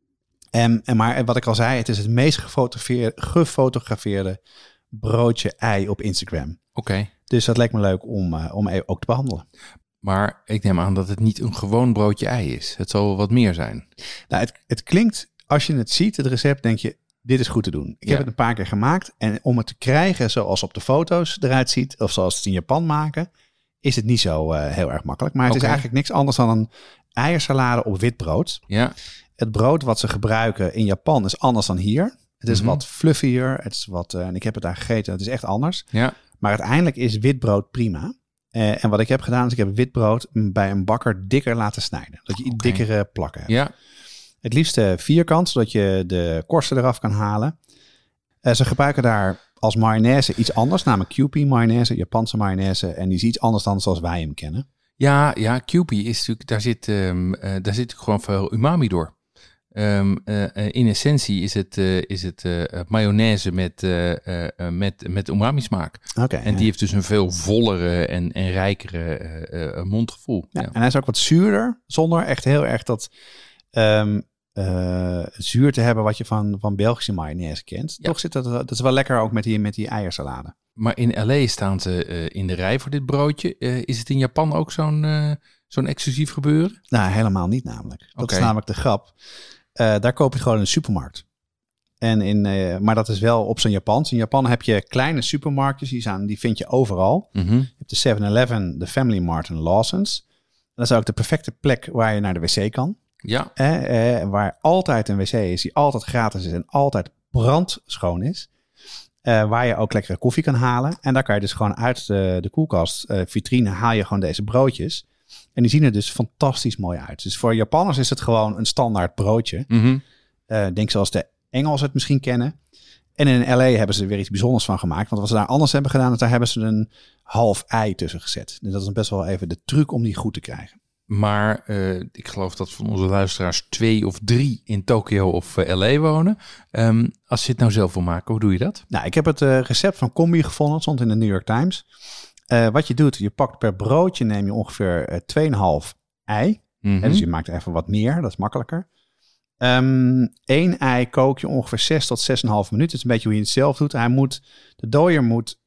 En, en maar wat ik al zei, het is het meest gefotografeerde, gefotografeerde broodje ei op Instagram. Oké. Okay. Dus dat lijkt me leuk om, uh, om ook te behandelen. Maar ik neem aan dat het niet een gewoon broodje ei is. Het zal wel wat meer zijn. Nou, het, het klinkt, als je het ziet, het recept, denk je, dit is goed te doen. Ik ja. heb het een paar keer gemaakt. En om het te krijgen zoals op de foto's eruit ziet, of zoals het in Japan maken, is het niet zo uh, heel erg makkelijk. Maar het okay. is eigenlijk niks anders dan een eiersalade op wit brood. Ja. Het brood wat ze gebruiken in Japan is anders dan hier. Het is mm-hmm. wat fluffier. Het is wat, uh, en ik heb het daar gegeten. Het is echt anders. Ja. Maar uiteindelijk is wit brood prima. Uh, en wat ik heb gedaan is ik heb wit brood bij een bakker dikker laten snijden. Dat je okay. dikkere plakken hebt. Ja. Het liefst vierkant, zodat je de korsten eraf kan halen. Uh, ze gebruiken daar als mayonaise iets anders, namelijk Kewpie mayonaise, Japanse mayonaise. En die is iets anders dan zoals wij hem kennen. Ja, ja, Kewpie is natuurlijk, daar zit, um, uh, daar zit gewoon veel umami door. Um, uh, uh, in essentie is het, uh, is het uh, mayonaise met, uh, uh, met, met umami smaak. Okay, en ja. die heeft dus een veel vollere en, en rijkere uh, uh, mondgevoel. Ja, ja. En hij is ook wat zuurder, zonder echt heel erg dat um, uh, zuur te hebben wat je van, van Belgische mayonaise kent. Ja. Toch zit dat, dat is wel lekker ook met die, met die eiersalade. Maar in L A staan ze uh, in de rij voor dit broodje. Uh, is het in Japan ook zo'n, uh, zo'n exclusief gebeuren? Nou, helemaal niet namelijk. Dat okay. is namelijk de grap. Uh, daar koop je gewoon in de supermarkt. En in, uh, maar dat is wel op zijn Japans. In Japan heb je kleine supermarktjes, die, zijn, die vind je overal. Mm-hmm. Je hebt de seven eleven, de Family Mart en Lawson's. Dat is ook de perfecte plek waar je naar de wc kan. Ja. Eh, eh, waar altijd een wc is, die altijd gratis is en altijd brandschoon is. Uh, waar je ook lekkere koffie kan halen. En daar kan je dus gewoon uit de, de koelkast, uh, vitrine, haal je gewoon deze broodjes. En die zien er dus fantastisch mooi uit. Dus voor Japanners is het gewoon een standaard broodje. Mm-hmm. Uh, denk zoals de Engelsen het misschien kennen. En in L A hebben ze er weer iets bijzonders van gemaakt. Want wat ze daar anders hebben gedaan, is daar hebben ze een half ei tussen gezet. Dus dat is best wel even de truc om die goed te krijgen. Maar uh, ik geloof dat van onze luisteraars twee of drie in Tokio of uh, L A wonen. Um, als je het nou zelf wil maken, hoe doe je dat? Nou, ik heb het uh, recept van Combi gevonden. Het stond in de New York Times. Uh, wat je doet, je pakt per broodje, neem je ongeveer uh, twee komma vijf ei. Mm-hmm. Hè, dus je maakt er even wat meer, dat is makkelijker. Um, één ei kook je ongeveer zes tot zes komma vijf minuten. Het is een beetje hoe je het zelf doet. Hij moet, de dooier moet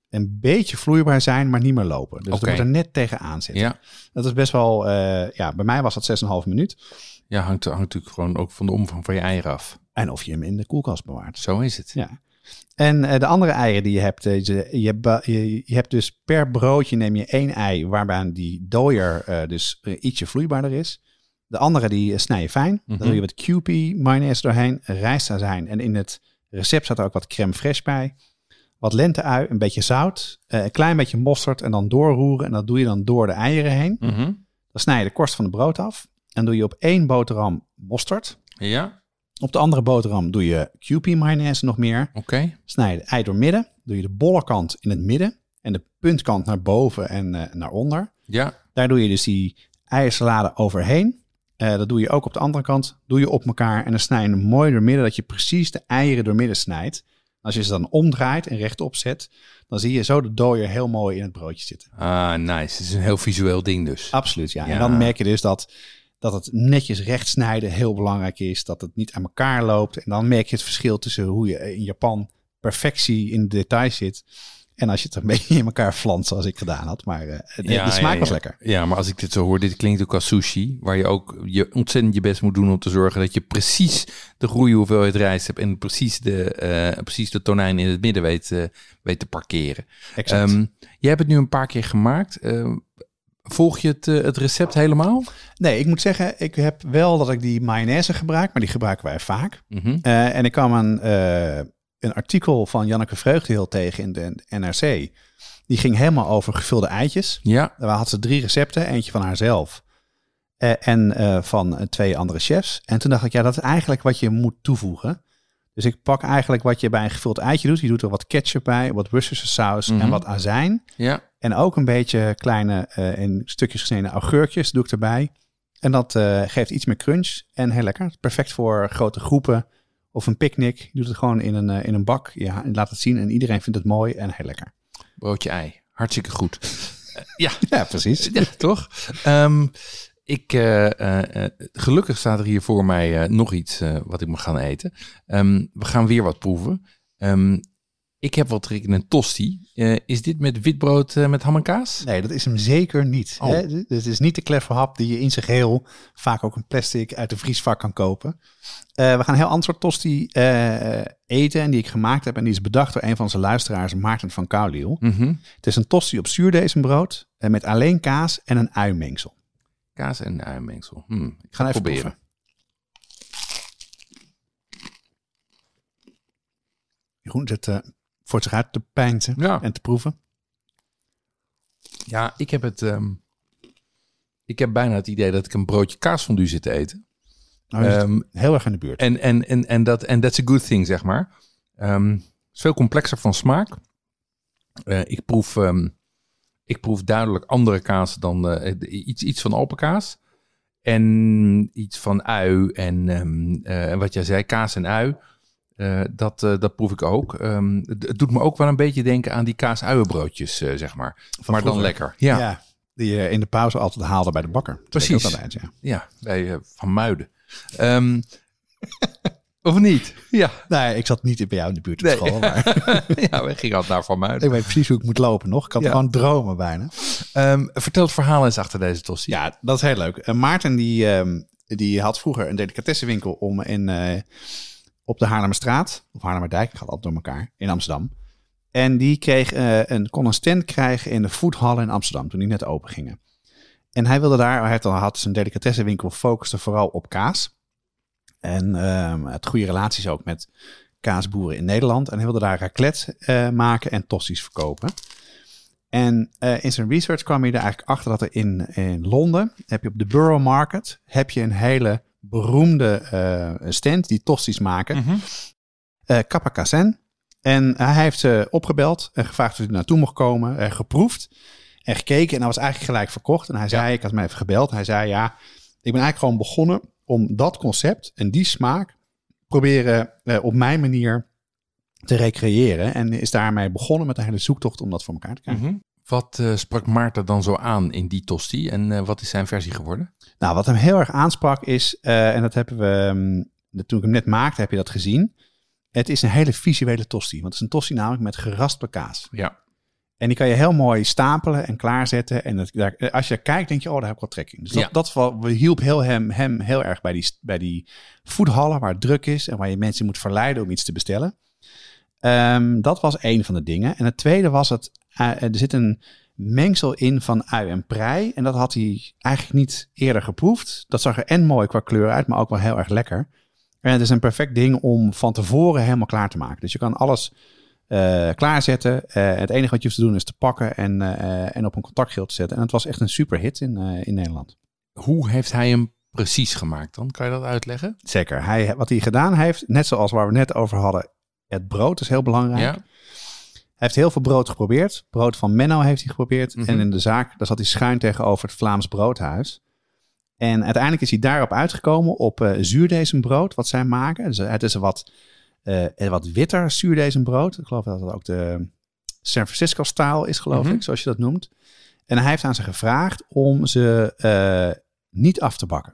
een beetje vloeibaar zijn, maar niet meer lopen. Dus Oké. dat moet er net tegenaan zitten. Ja, Dat is best wel, uh, ja, bij mij was dat zes komma vijf minuut. ja hangt, hangt natuurlijk gewoon ook van de omvang van je eieren af. En of je hem in de koelkast bewaart. Zo is het. Ja. En uh, de andere eieren die je hebt, uh, je, je, hebt je, je hebt dus per broodje neem je één ei, waarbij die dooier uh, dus uh, ietsje vloeibaarder is. De andere die uh, snij je fijn. Mm-hmm. Dan doe je wat Kewpie, mayonaise doorheen, rijstazijn. En in het recept staat er ook wat crème fraîche bij. Wat lenteui, een beetje zout, uh, een klein beetje mosterd en dan doorroeren. En dat doe je dan door de eieren heen. Mm-hmm. Dan snij je de korst van het brood af. En doe je op één boterham mosterd. Ja, Op de andere boterham doe je Kewpie mayonaise nog meer. oké. Okay. Snij je het ei door midden. Doe je de bolle kant in het midden. En de puntkant naar boven en uh, naar onder. Ja. Daar doe je dus die eiersalade overheen. Uh, dat doe je ook op de andere kant. Doe je op elkaar en dan snij je hem mooi door midden. Dat je precies de eieren door midden snijdt. Als je ze dan omdraait en rechtop zet, dan zie je zo de dooier heel mooi in het broodje zitten. Ah, nice. Het is een heel visueel ding dus. Absoluut, ja. ja. En dan merk je dus dat, dat het netjes recht snijden heel belangrijk is. Dat het niet aan elkaar loopt. En dan merk je het verschil tussen hoe je in Japan perfectie in de details zit. En als je het een beetje in elkaar flanst zoals ik gedaan had. Maar uh, de, ja, de smaak ja, ja. was lekker. Ja, maar als ik dit zo hoor, dit klinkt ook als sushi. Waar je ook je ontzettend je best moet doen om te zorgen dat je precies de goede hoeveelheid rijst hebt. En precies de, uh, precies de tonijn in het midden weet, uh, weet te parkeren. Exact. Um, jij hebt het nu een paar keer gemaakt. Uh, volg je het, uh, het recept helemaal? Nee, ik moet zeggen, ik heb wel dat ik die mayonaise gebruik. Maar die gebruiken wij vaak. Mm-hmm. Uh, en ik kwam een... Uh, een artikel van Janneke Vreugdeheel tegen in de N R C. Die ging helemaal over gevulde eitjes. Ja. Daar had ze drie recepten. Eentje van haarzelf. Uh, en uh, van uh, twee andere chefs. En toen dacht ik, ja, dat is eigenlijk wat je moet toevoegen. Dus ik pak eigenlijk wat je bij een gevuld eitje doet. Je doet er wat ketchup bij, wat Worcestershire saus mm-hmm. en wat azijn. Ja. En ook een beetje kleine uh, in stukjes gesneden augurkjes doe ik erbij. En dat uh, geeft iets meer crunch en heel lekker. Perfect voor grote groepen. Of een picknick. Je doet het gewoon in een, uh, in een bak. Ja, en laat het zien. En iedereen vindt het mooi en heel lekker. Broodje ei. Hartstikke goed. Uh, ja. ja, precies. Ja, toch? Um, ik, uh, uh, gelukkig staat er hier voor mij uh, nog iets uh, wat ik mag gaan eten. Um, we gaan weer wat proeven. Um, ik heb wat trek in een tosti. Uh, is dit met witbrood uh, met ham en kaas? Nee, dat is hem zeker niet. Oh. Hè? Dit is niet de clever hap die je in zijn geheel vaak ook een plastic uit de vriesvak kan kopen. Uh, we gaan een heel ander soort tosti uh, eten en die ik gemaakt heb. En die is bedacht door een van onze luisteraars, Maarten van Kouliel. Mm-hmm. Het is een tosti op zuurdezenbrood uh, met alleen kaas en een uimengsel. Kaas en uimengsel. Hm, ik ga ga even proberen. Proeven. Jeroen zit uh, voor zich uit te pijnzen ja. en te proeven. Ja, ik heb het... Um, ik heb bijna het idee dat ik een broodje kaasfondue zit te eten. Nou, um, heel erg in de buurt. En en en en dat en that's a good thing, zeg maar. Um, het is veel complexer van smaak. Uh, ik proef um, ik proef duidelijk andere kaas dan uh, iets iets van alpenkaas en iets van ui en um, uh, wat jij zei, kaas en ui. Uh, dat, uh, dat proef ik ook. Um, het, het doet me ook wel een beetje denken aan die kaas-uienbroodjes, uh, zeg maar. Van maar vroeger. dan lekker. Ja, ja, die je in de pauze altijd haalde bij de bakker. precies. Ook altijd, ja. ja, bij uh, Van Muiden. Um, of niet? Ja. Nee, ik zat niet bij jou in de buurt op Nee. school. Maar Ja, we gingen altijd naar Van Muiden. ik weet precies hoe ik moet lopen nog. Ik had Ja. gewoon dromen bijna. Um, vertel het verhaal eens achter deze tosti. Ja, dat is heel leuk. Uh, Maarten die, um, die had vroeger een delicatessenwinkel om in, uh, op de Haarlemmerstraat, of Haarlemmerdijk, gaat altijd door elkaar, in Amsterdam. En die kreeg, uh, een, kon een stand krijgen in de Foodhallen in Amsterdam, toen die net open gingen. En hij wilde daar, hij had, had zijn delicatessenwinkel, focuste vooral op kaas. En um, het goede relaties ook met kaasboeren in Nederland. En hij wilde daar raclette uh, maken en tosti's verkopen. En uh, in zijn research kwam hij er eigenlijk achter dat er in, in Londen, heb je op de Borough Market, heb je een hele beroemde uh, stand die tosti's maken. Mm-hmm. Uh, Kappa Kassen. En hij heeft ze opgebeld en gevraagd of hij er naartoe mocht komen. Uh, geproefd en gekeken. En hij was eigenlijk gelijk verkocht. En hij zei, ja. ik had hem even gebeld. Hij zei, ja, ik ben eigenlijk gewoon begonnen om dat concept en die smaak proberen uh, op mijn manier te recreëren. En is daarmee begonnen met een hele zoektocht om dat voor elkaar te krijgen. Mm-hmm. Wat uh, sprak Maarten dan zo aan in die tosti? En uh, wat is zijn versie geworden? Nou, wat hem heel erg aansprak is, uh, en dat hebben we, um, toen ik hem net maakte, heb je dat gezien. Het is een hele visuele tosti. Want het is een tosti namelijk met geraspte kaas. Ja. En die kan je heel mooi stapelen en klaarzetten. En dat, daar, als je kijkt, denk je, oh, daar heb ik wel trek in. Dus dat, Ja. dat wel, we hielp heel hem, hem heel erg bij die, bij die foodhallen waar het druk is en waar je mensen moet verleiden om iets te bestellen. Um, dat was één van de dingen. En het tweede was het, uh, er zit een mengsel in van ui en prei. En dat had hij eigenlijk niet eerder geproefd. Dat zag er en mooi qua kleur uit, maar ook wel heel erg lekker. En het is een perfect ding om van tevoren helemaal klaar te maken. Dus je kan alles uh, klaarzetten. Uh, het enige wat je hoeft te doen is te pakken en, uh, en op een contactgeel te zetten. En het was echt een super hit in, uh, in Nederland. Hoe heeft hij hem precies gemaakt dan? Kan je dat uitleggen? Zeker. Hij, wat hij gedaan heeft, net zoals waar we net over hadden, het brood is heel belangrijk. Ja. Hij heeft heel veel brood geprobeerd. Brood van Menno heeft hij geprobeerd. Mm-hmm. En in de zaak, daar zat hij schuin tegenover het Vlaams Broodhuis. En uiteindelijk is hij daarop uitgekomen op uh, zuurdesembrood, wat zij maken. Dus het is een wat, uh, een wat witter zuurdesembrood. Ik geloof dat het ook de San Francisco-style is, geloof Mm-hmm. ik, zoals je dat noemt. En hij heeft aan ze gevraagd om ze uh, niet af te bakken.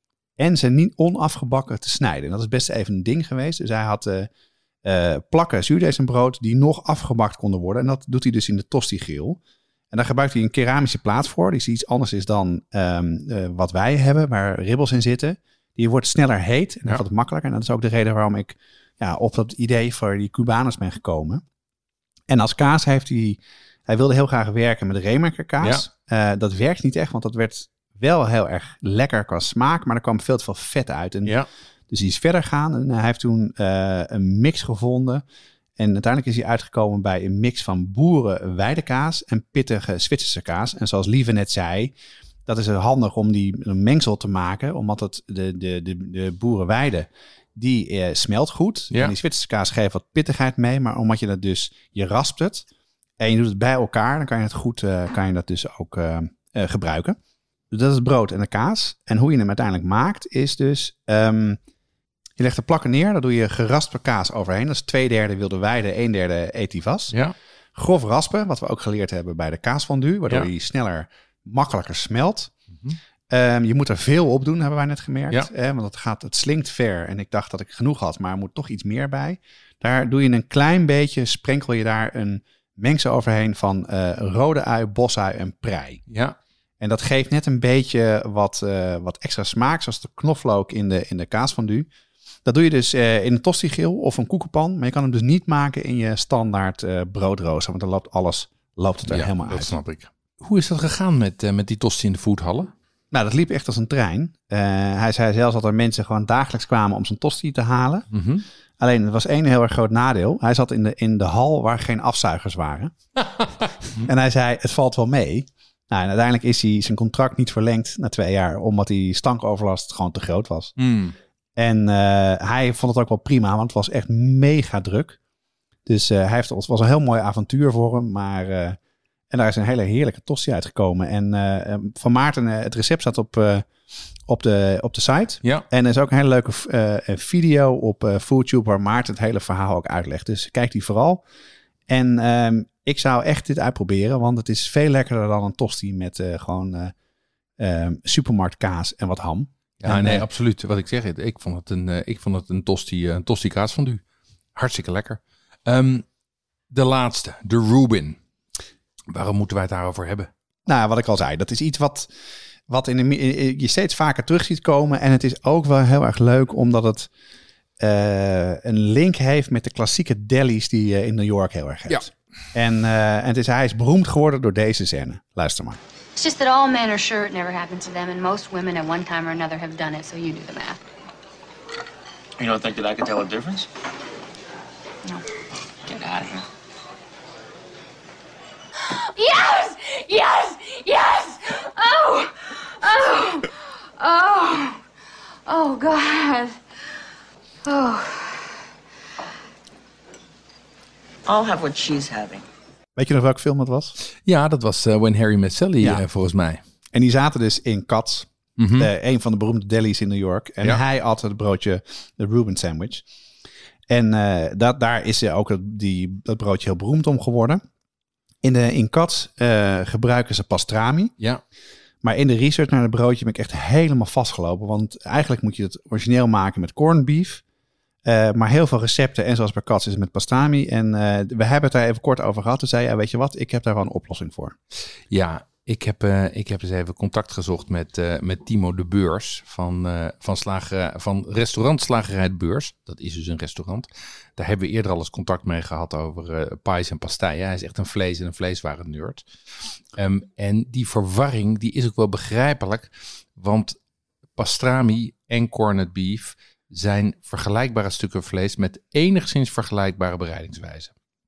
En ze niet onafgebakken te snijden. En dat is best even een ding geweest. Dus hij had uh, uh, plakken zuurdesembrood die nog afgebakt konden worden. En dat doet hij dus in de tosti-grill. En daar gebruikt hij een keramische plaat voor. Die iets anders is dan um, uh, wat wij hebben, waar ribbels in zitten. Die wordt sneller heet en ja. wat makkelijker. En dat is ook de reden waarom ik ja, op dat idee voor die Cubanus ben gekomen. En als kaas heeft hij... Hij wilde heel graag werken met Remaker kaas. Ja. Uh, dat werkt niet echt, want dat werd wel heel erg lekker qua smaak. Maar er kwam veel te veel vet uit. En Ja. Dus hij is verder gaan. En hij heeft toen uh, een mix gevonden. En uiteindelijk is hij uitgekomen bij een mix van boerenweidekaas en pittige Zwitserse kaas. En zoals Lieve net zei, dat is handig om die een mengsel te maken. Omdat het de, de, de, de boerenweide, die uh, smelt goed. Ja. En die Zwitserse kaas geeft wat pittigheid mee. Maar omdat je dat dus, je raspt het en je doet het bij elkaar, dan kan je het goed, uh, kan je dat dus ook uh, uh, gebruiken. Dus dat is het brood en de kaas. En hoe je hem uiteindelijk maakt, is dus... Um, je legt de plakken neer, daar doe je geraspte kaas overheen. Dat is twee derde wilde weide, een derde etivas. Ja. Grof raspen, wat we ook geleerd hebben bij de kaasfondue, waardoor Ja. die sneller, makkelijker smelt. Mm-hmm. Um, je moet er veel op doen, hebben wij net gemerkt. Ja. Eh, want het, gaat, het slinkt ver en ik dacht dat ik genoeg had, maar er moet toch iets meer bij. Daar doe je een klein beetje, sprenkel je daar een mengsel overheen van uh, rode ui, bosui en prei. Ja. En dat geeft net een beetje wat, uh, wat extra smaak, zoals de knoflook in de, in de kaasfondue. Dat doe je dus uh, in een tosti-grill of een koekenpan. Maar je kan hem dus niet maken in je standaard uh, broodrooster. Want dan loopt alles loopt het er ja, helemaal dat uit. snap ik. Hoe is dat gegaan met, uh, met die tosti in de foodhallen? Nou, dat liep echt als een trein. Uh, hij zei zelfs dat er mensen gewoon dagelijks kwamen om zijn tosti te halen. Mm-hmm. Alleen, er was één heel erg groot nadeel. Hij zat in de, in de hal waar geen afzuigers waren. En hij zei, het valt wel mee. Nou, en uiteindelijk is hij zijn contract niet verlengd na twee jaar. Omdat die stankoverlast gewoon te groot was. Mm. En uh, hij vond het ook wel prima, want het was echt mega druk. Dus uh, hij heeft, het was een heel mooi avontuur voor hem. Maar, uh, en daar is een hele heerlijke tosti uitgekomen. En uh, Van Maarten, uh, het recept staat op, uh, op, de, op de site. Ja. En er is ook een hele leuke uh, video op uh, FoodTube waar Maarten het hele verhaal ook uitlegt. Dus kijk die vooral. En um, ik zou echt dit uitproberen, want het is veel lekkerder dan een tosti met uh, gewoon uh, uh, supermarktkaas en wat ham. Ja, en, nee, uh, absoluut. Wat ik zeg, ik vond het een, uh, ik vond het een tosti, uh, een tosti kaasfondue. Hartstikke lekker. Um, de laatste, de Reuben. Waarom moeten wij het daarover hebben? Nou, wat ik al zei, dat is iets wat, wat in de, je steeds vaker terug ziet komen. En het is ook wel heel erg leuk, omdat het uh, een link heeft met de klassieke delis die je in New York heel erg hebt. Ja. En, uh, en het is, hij is beroemd geworden door deze scène. Luister maar. It's just that all men are sure it never happened to them, and most women at one time or another have done it, so you do the math. You don't think that I could tell a difference? No. Get out of here. Yes! Yes! Yes! Oh! Oh! Oh! Oh, God. Oh. I'll have what she's having. Weet je nog welke film het was? Ja, dat was uh, When Harry Met Sally, Ja. uh, volgens mij. En die zaten dus in Cats. Mm-hmm. Uh, een van de beroemde delis in New York. En Ja. hij at het broodje, de Reuben sandwich. En uh, dat, daar is ook het, die, dat broodje heel beroemd om geworden. In, de, in Cats uh, gebruiken ze pastrami. Ja. Maar in de research naar het broodje ben ik echt helemaal vastgelopen. Want eigenlijk moet je het origineel maken met corned beef. Uh, maar heel veel recepten, en zoals bij Katz is het met pastrami. En uh, we hebben het daar even kort over gehad. Toen zei je, weet je wat, ik heb daar wel een oplossing voor. Ja, ik heb, uh, ik heb eens even contact gezocht met, uh, met Timo de Beurs van, uh, van, slager, van restaurant Slagerij de Beurs. Dat is dus een restaurant. Daar hebben we eerder al eens contact mee gehad over uh, pies en pastijen. Hij is echt een vlees- en een vleeswaren nerd. Um, en die verwarring, die is ook wel begrijpelijk. Want pastrami en corned beef zijn vergelijkbare stukken vlees met enigszins vergelijkbare bereidingswijze.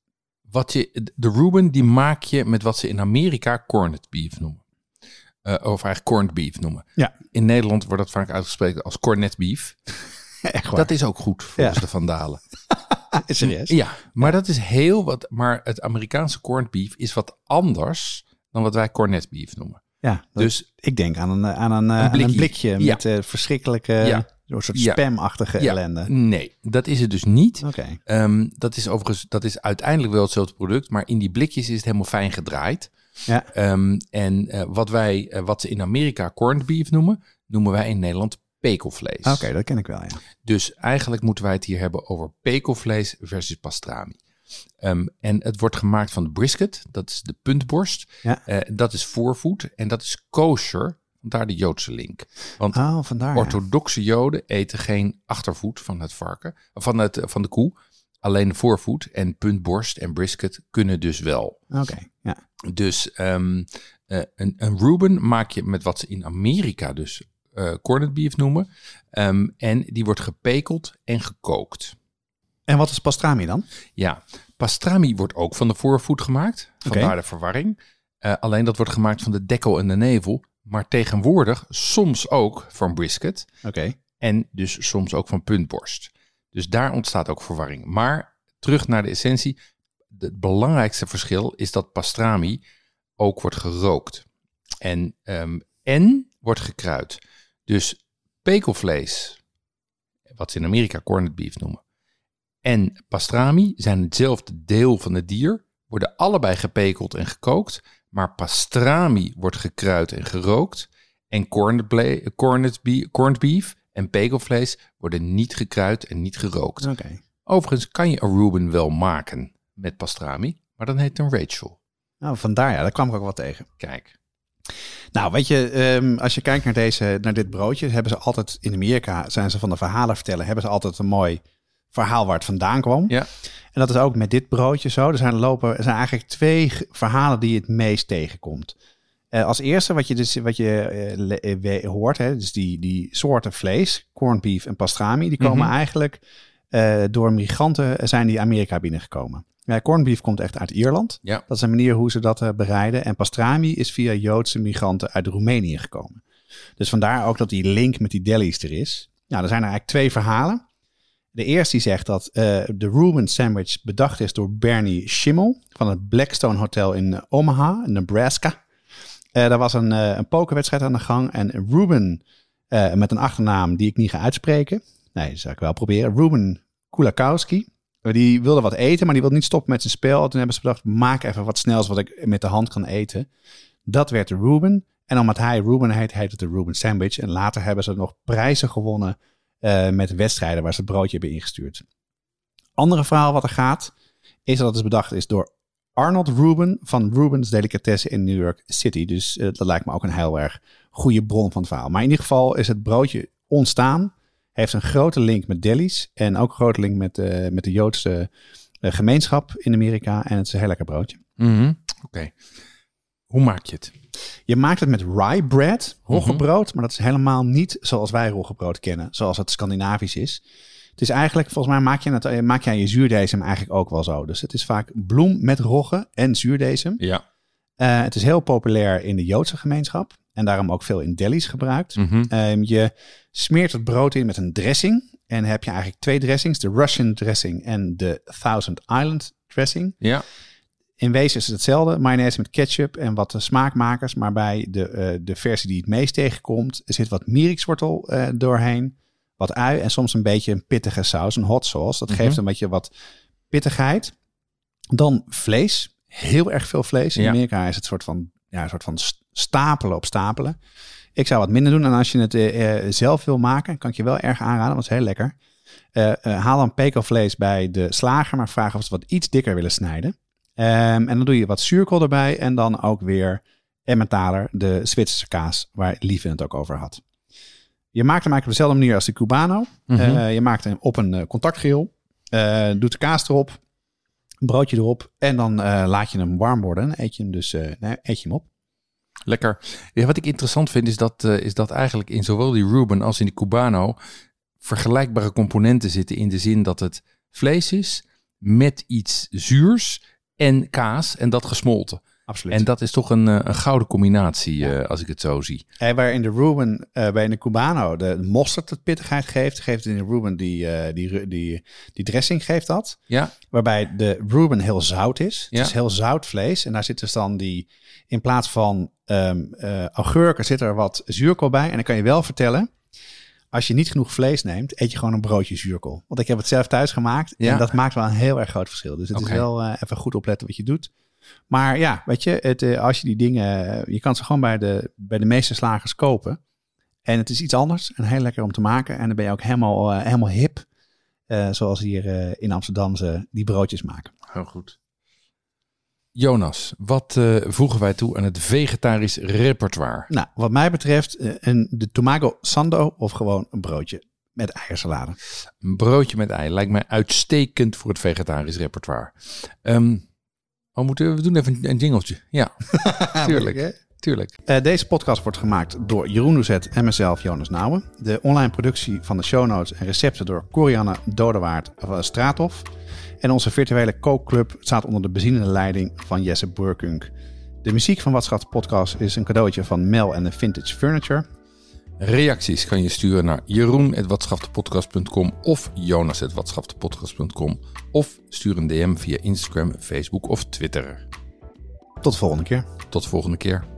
Wat je, de Reuben die maak je met wat ze in Amerika corned beef noemen. Uh, of eigenlijk corned beef noemen. Ja. In Nederland wordt dat vaak uitgesproken als cornet beef. Echt waar. Dat is ook goed volgens Ja. de Vandalen. Serieus? Ja, maar dat is heel wat. Maar het Amerikaanse corned beef is wat anders dan wat wij cornet beef noemen. Ja, dat, Dus ik denk aan een, aan een, Een aan blikje. een blikje Ja. met uh, verschrikkelijke, Ja. een soort Ja. spamachtige ja, ellende. nee, dat is het dus niet. Oké. Um, dat is overigens, dat is uiteindelijk wel hetzelfde product, maar in die blikjes is het helemaal fijn gedraaid. Ja. Um, en uh, wat wij, uh, wat ze in Amerika corned beef noemen, noemen wij in Nederland pekelvlees. Oké, dat ken ik wel, ja. Dus eigenlijk moeten wij het hier hebben over pekelvlees versus pastrami. Um, en het wordt gemaakt van de brisket, dat is de puntborst. Ja. Uh, dat is voorvoet en dat is kosher, vandaar de Joodse link. Want Oh, vandaar. ja. orthodoxe Joden eten geen achtervoet van het varken, van, het, van de koe. Alleen de voorvoet en puntborst en brisket kunnen dus wel. Oké, ja. Dus um, uh, een, een Reuben maak je met wat ze in Amerika dus uh, corned beef noemen. Um, en die wordt gepekeld en gekookt. En wat is pastrami dan? Ja, pastrami wordt ook van de voorvoet gemaakt. Vandaar Oké. de verwarring. Uh, alleen dat wordt gemaakt van de dekkel en de nevel. Maar tegenwoordig soms ook van brisket. Oké. En dus soms ook van puntborst. Dus daar ontstaat ook verwarring. Maar terug naar de essentie. Het belangrijkste verschil is dat pastrami ook wordt gerookt. En, um, en wordt gekruid. Dus pekelvlees, wat ze in Amerika corned beef noemen, en pastrami zijn hetzelfde deel van het dier. Worden allebei gepekeld en gekookt. Maar pastrami wordt gekruid en gerookt. En corned, ble- corned, beef, corned beef en pekelvlees worden niet gekruid en niet gerookt. Oké. Overigens kan je een Reuben wel maken met pastrami, maar dan heet het een Rachel. Nou, vandaar, ja. Daar kwam ik ook wat tegen. Kijk. Nou, weet je, um, als je kijkt naar, deze, naar dit broodje, hebben ze altijd in Amerika, zijn ze van de verhalen vertellen, hebben ze altijd een mooi verhaal waar het vandaan kwam. Ja. En dat is ook met dit broodje zo. Er zijn, lopen, er zijn eigenlijk twee g- verhalen die je het meest tegenkomt. Uh, als eerste wat je, dus, wat je uh, le- we- hoort, hè, dus die, die soorten vlees, corned beef en pastrami, die komen Mm-hmm. eigenlijk uh, door migranten zijn die Amerika binnengekomen. Ja, corned beef komt echt uit Ierland. Ja. Dat is een manier hoe ze dat uh, bereiden. En pastrami is via Joodse migranten uit Roemenië gekomen. Dus vandaar ook dat die link met die delis er is. Nou, er zijn er eigenlijk twee verhalen. De eerste die zegt dat uh, de Reuben sandwich bedacht is door Bernie Schimmel van het Blackstone Hotel in Omaha, Nebraska. Uh, daar was een, uh, een pokerwedstrijd aan de gang en Reuben uh, met een achternaam die ik niet ga uitspreken. Nee, dat zou ik wel proberen. Reuben Kulakowski. Die wilde wat eten, maar die wilde niet stoppen met zijn spel. Toen hebben ze bedacht, maak even wat snels wat ik met de hand kan eten. Dat werd de Reuben. En omdat hij Reuben heet, heet het de Reuben sandwich. En later hebben ze nog prijzen gewonnen uh, met wedstrijden waar ze het broodje hebben ingestuurd. Andere verhaal wat er gaat, is dat het is bedacht is door Arnold Reuben van Reuben's Delicatessen in New York City. Dus uh, dat lijkt me ook een heel erg goede bron van het verhaal. Maar in ieder geval is het broodje ontstaan. Heeft een grote link met delis en ook een grote link met, uh, met de Joodse uh, gemeenschap in Amerika. En het is een heel lekker broodje. Mm-hmm. Oké. Okay. Hoe maak je het? Je maakt het met rye bread, roggebrood. Mm-hmm. Maar dat is helemaal niet zoals wij roggebrood kennen, zoals het Scandinavisch is. Het is eigenlijk, volgens mij maak je, het, maak je aan je zuurdesem eigenlijk ook wel zo. Dus het is vaak bloem met rogge en zuurdesem. Ja. Uh, het is heel populair in de Joodse gemeenschap. En daarom ook veel in delis gebruikt. Mm-hmm. Um, je smeert het brood in met een dressing. En dan heb je eigenlijk twee dressings. De Russian dressing en de Thousand Island dressing. Ja. In wezen is het hetzelfde. Mayonaise met ketchup en wat smaakmakers. Maar bij de, uh, de versie die het meest tegenkomt, zit wat mierikswortel uh, doorheen. Wat ui en soms een beetje een pittige saus. Een hot sauce. Dat Mm-hmm. geeft een beetje wat pittigheid. Dan vlees. Heel erg veel vlees. In Ja. Amerika is het soort van, ja, een soort van stapelen op stapelen. Ik zou wat minder doen. En als je het uh, zelf wil maken, kan ik je wel erg aanraden. Want het is heel lekker. Uh, uh, haal dan pekelvlees bij de slager, maar vraag of ze wat iets dikker willen snijden. Um, en dan doe je wat zuurkool erbij en dan ook weer Emmentaler, de Zwitserse kaas, waar Lieve het ook over had. Je maakt hem eigenlijk op dezelfde manier als de Cubano. Mm-hmm. Uh, je maakt hem op een uh, contactgrill, uh, doet de kaas erop, een broodje erop en dan uh, laat je hem warm worden. En eet je hem dus uh, nee, eet je hem op. Lekker. Ja, wat ik interessant vind is dat, uh, is dat eigenlijk in zowel die Reuben als in de Cubano vergelijkbare componenten zitten in de zin dat het vlees is met iets zuurs en kaas en dat gesmolten. Absoluut. En dat is toch een, een gouden combinatie ja. uh, als ik het zo zie. En waar in de Reuben, uh, bij de Cubano de mosterd het pittigheid geeft, geeft in de Reuben die, uh, die, die, die dressing geeft dat. Ja. Waarbij de Reuben heel zout is. Ja. Het is heel zout vlees en daar zit dus dan die, in plaats van um, uh, augurken zit er wat zuurkool bij. En dan kan je wel vertellen, als je niet genoeg vlees neemt, eet je gewoon een broodje zuurkool. Want ik heb het zelf thuis gemaakt ja. en dat maakt wel een heel erg groot verschil. Dus het okay. is wel uh, even goed opletten wat je doet. Maar ja, weet je, het, uh, als je die dingen, uh, je kan ze gewoon bij de, bij de meeste slagers kopen. En het is iets anders en heel lekker om te maken. En dan ben je ook helemaal, uh, helemaal hip, uh, zoals hier uh, in Amsterdam ze die broodjes maken. Heel goed. Jonas, wat uh, voegen wij toe aan het vegetarisch repertoire? Nou, wat mij betreft uh, een, de tomago sando of gewoon een broodje met eiersalade. Een broodje met ei lijkt mij uitstekend voor het vegetarisch repertoire. Um, oh, moeten we doen even een, een jingletje? Ja, tuurlijk. Moeilijk, tuurlijk. Uh, deze podcast wordt gemaakt door Jeroen Doucet en mezelf, Jonas Nouwen. De online productie van de show notes en recepten door Corianne Dodewaard van Straathof. En onze virtuele kookclub staat onder de bezielende leiding van Jesse Burkunk. De muziek van Wat Schat de Podcast is een cadeautje van Mel en de Vintage Furniture. Reacties kan je sturen naar jeroen at watschaftepodcast punt com of jonas at watschaftepodcast punt com of stuur een D M via Instagram, Facebook of Twitter. Tot de volgende keer. Tot de volgende keer.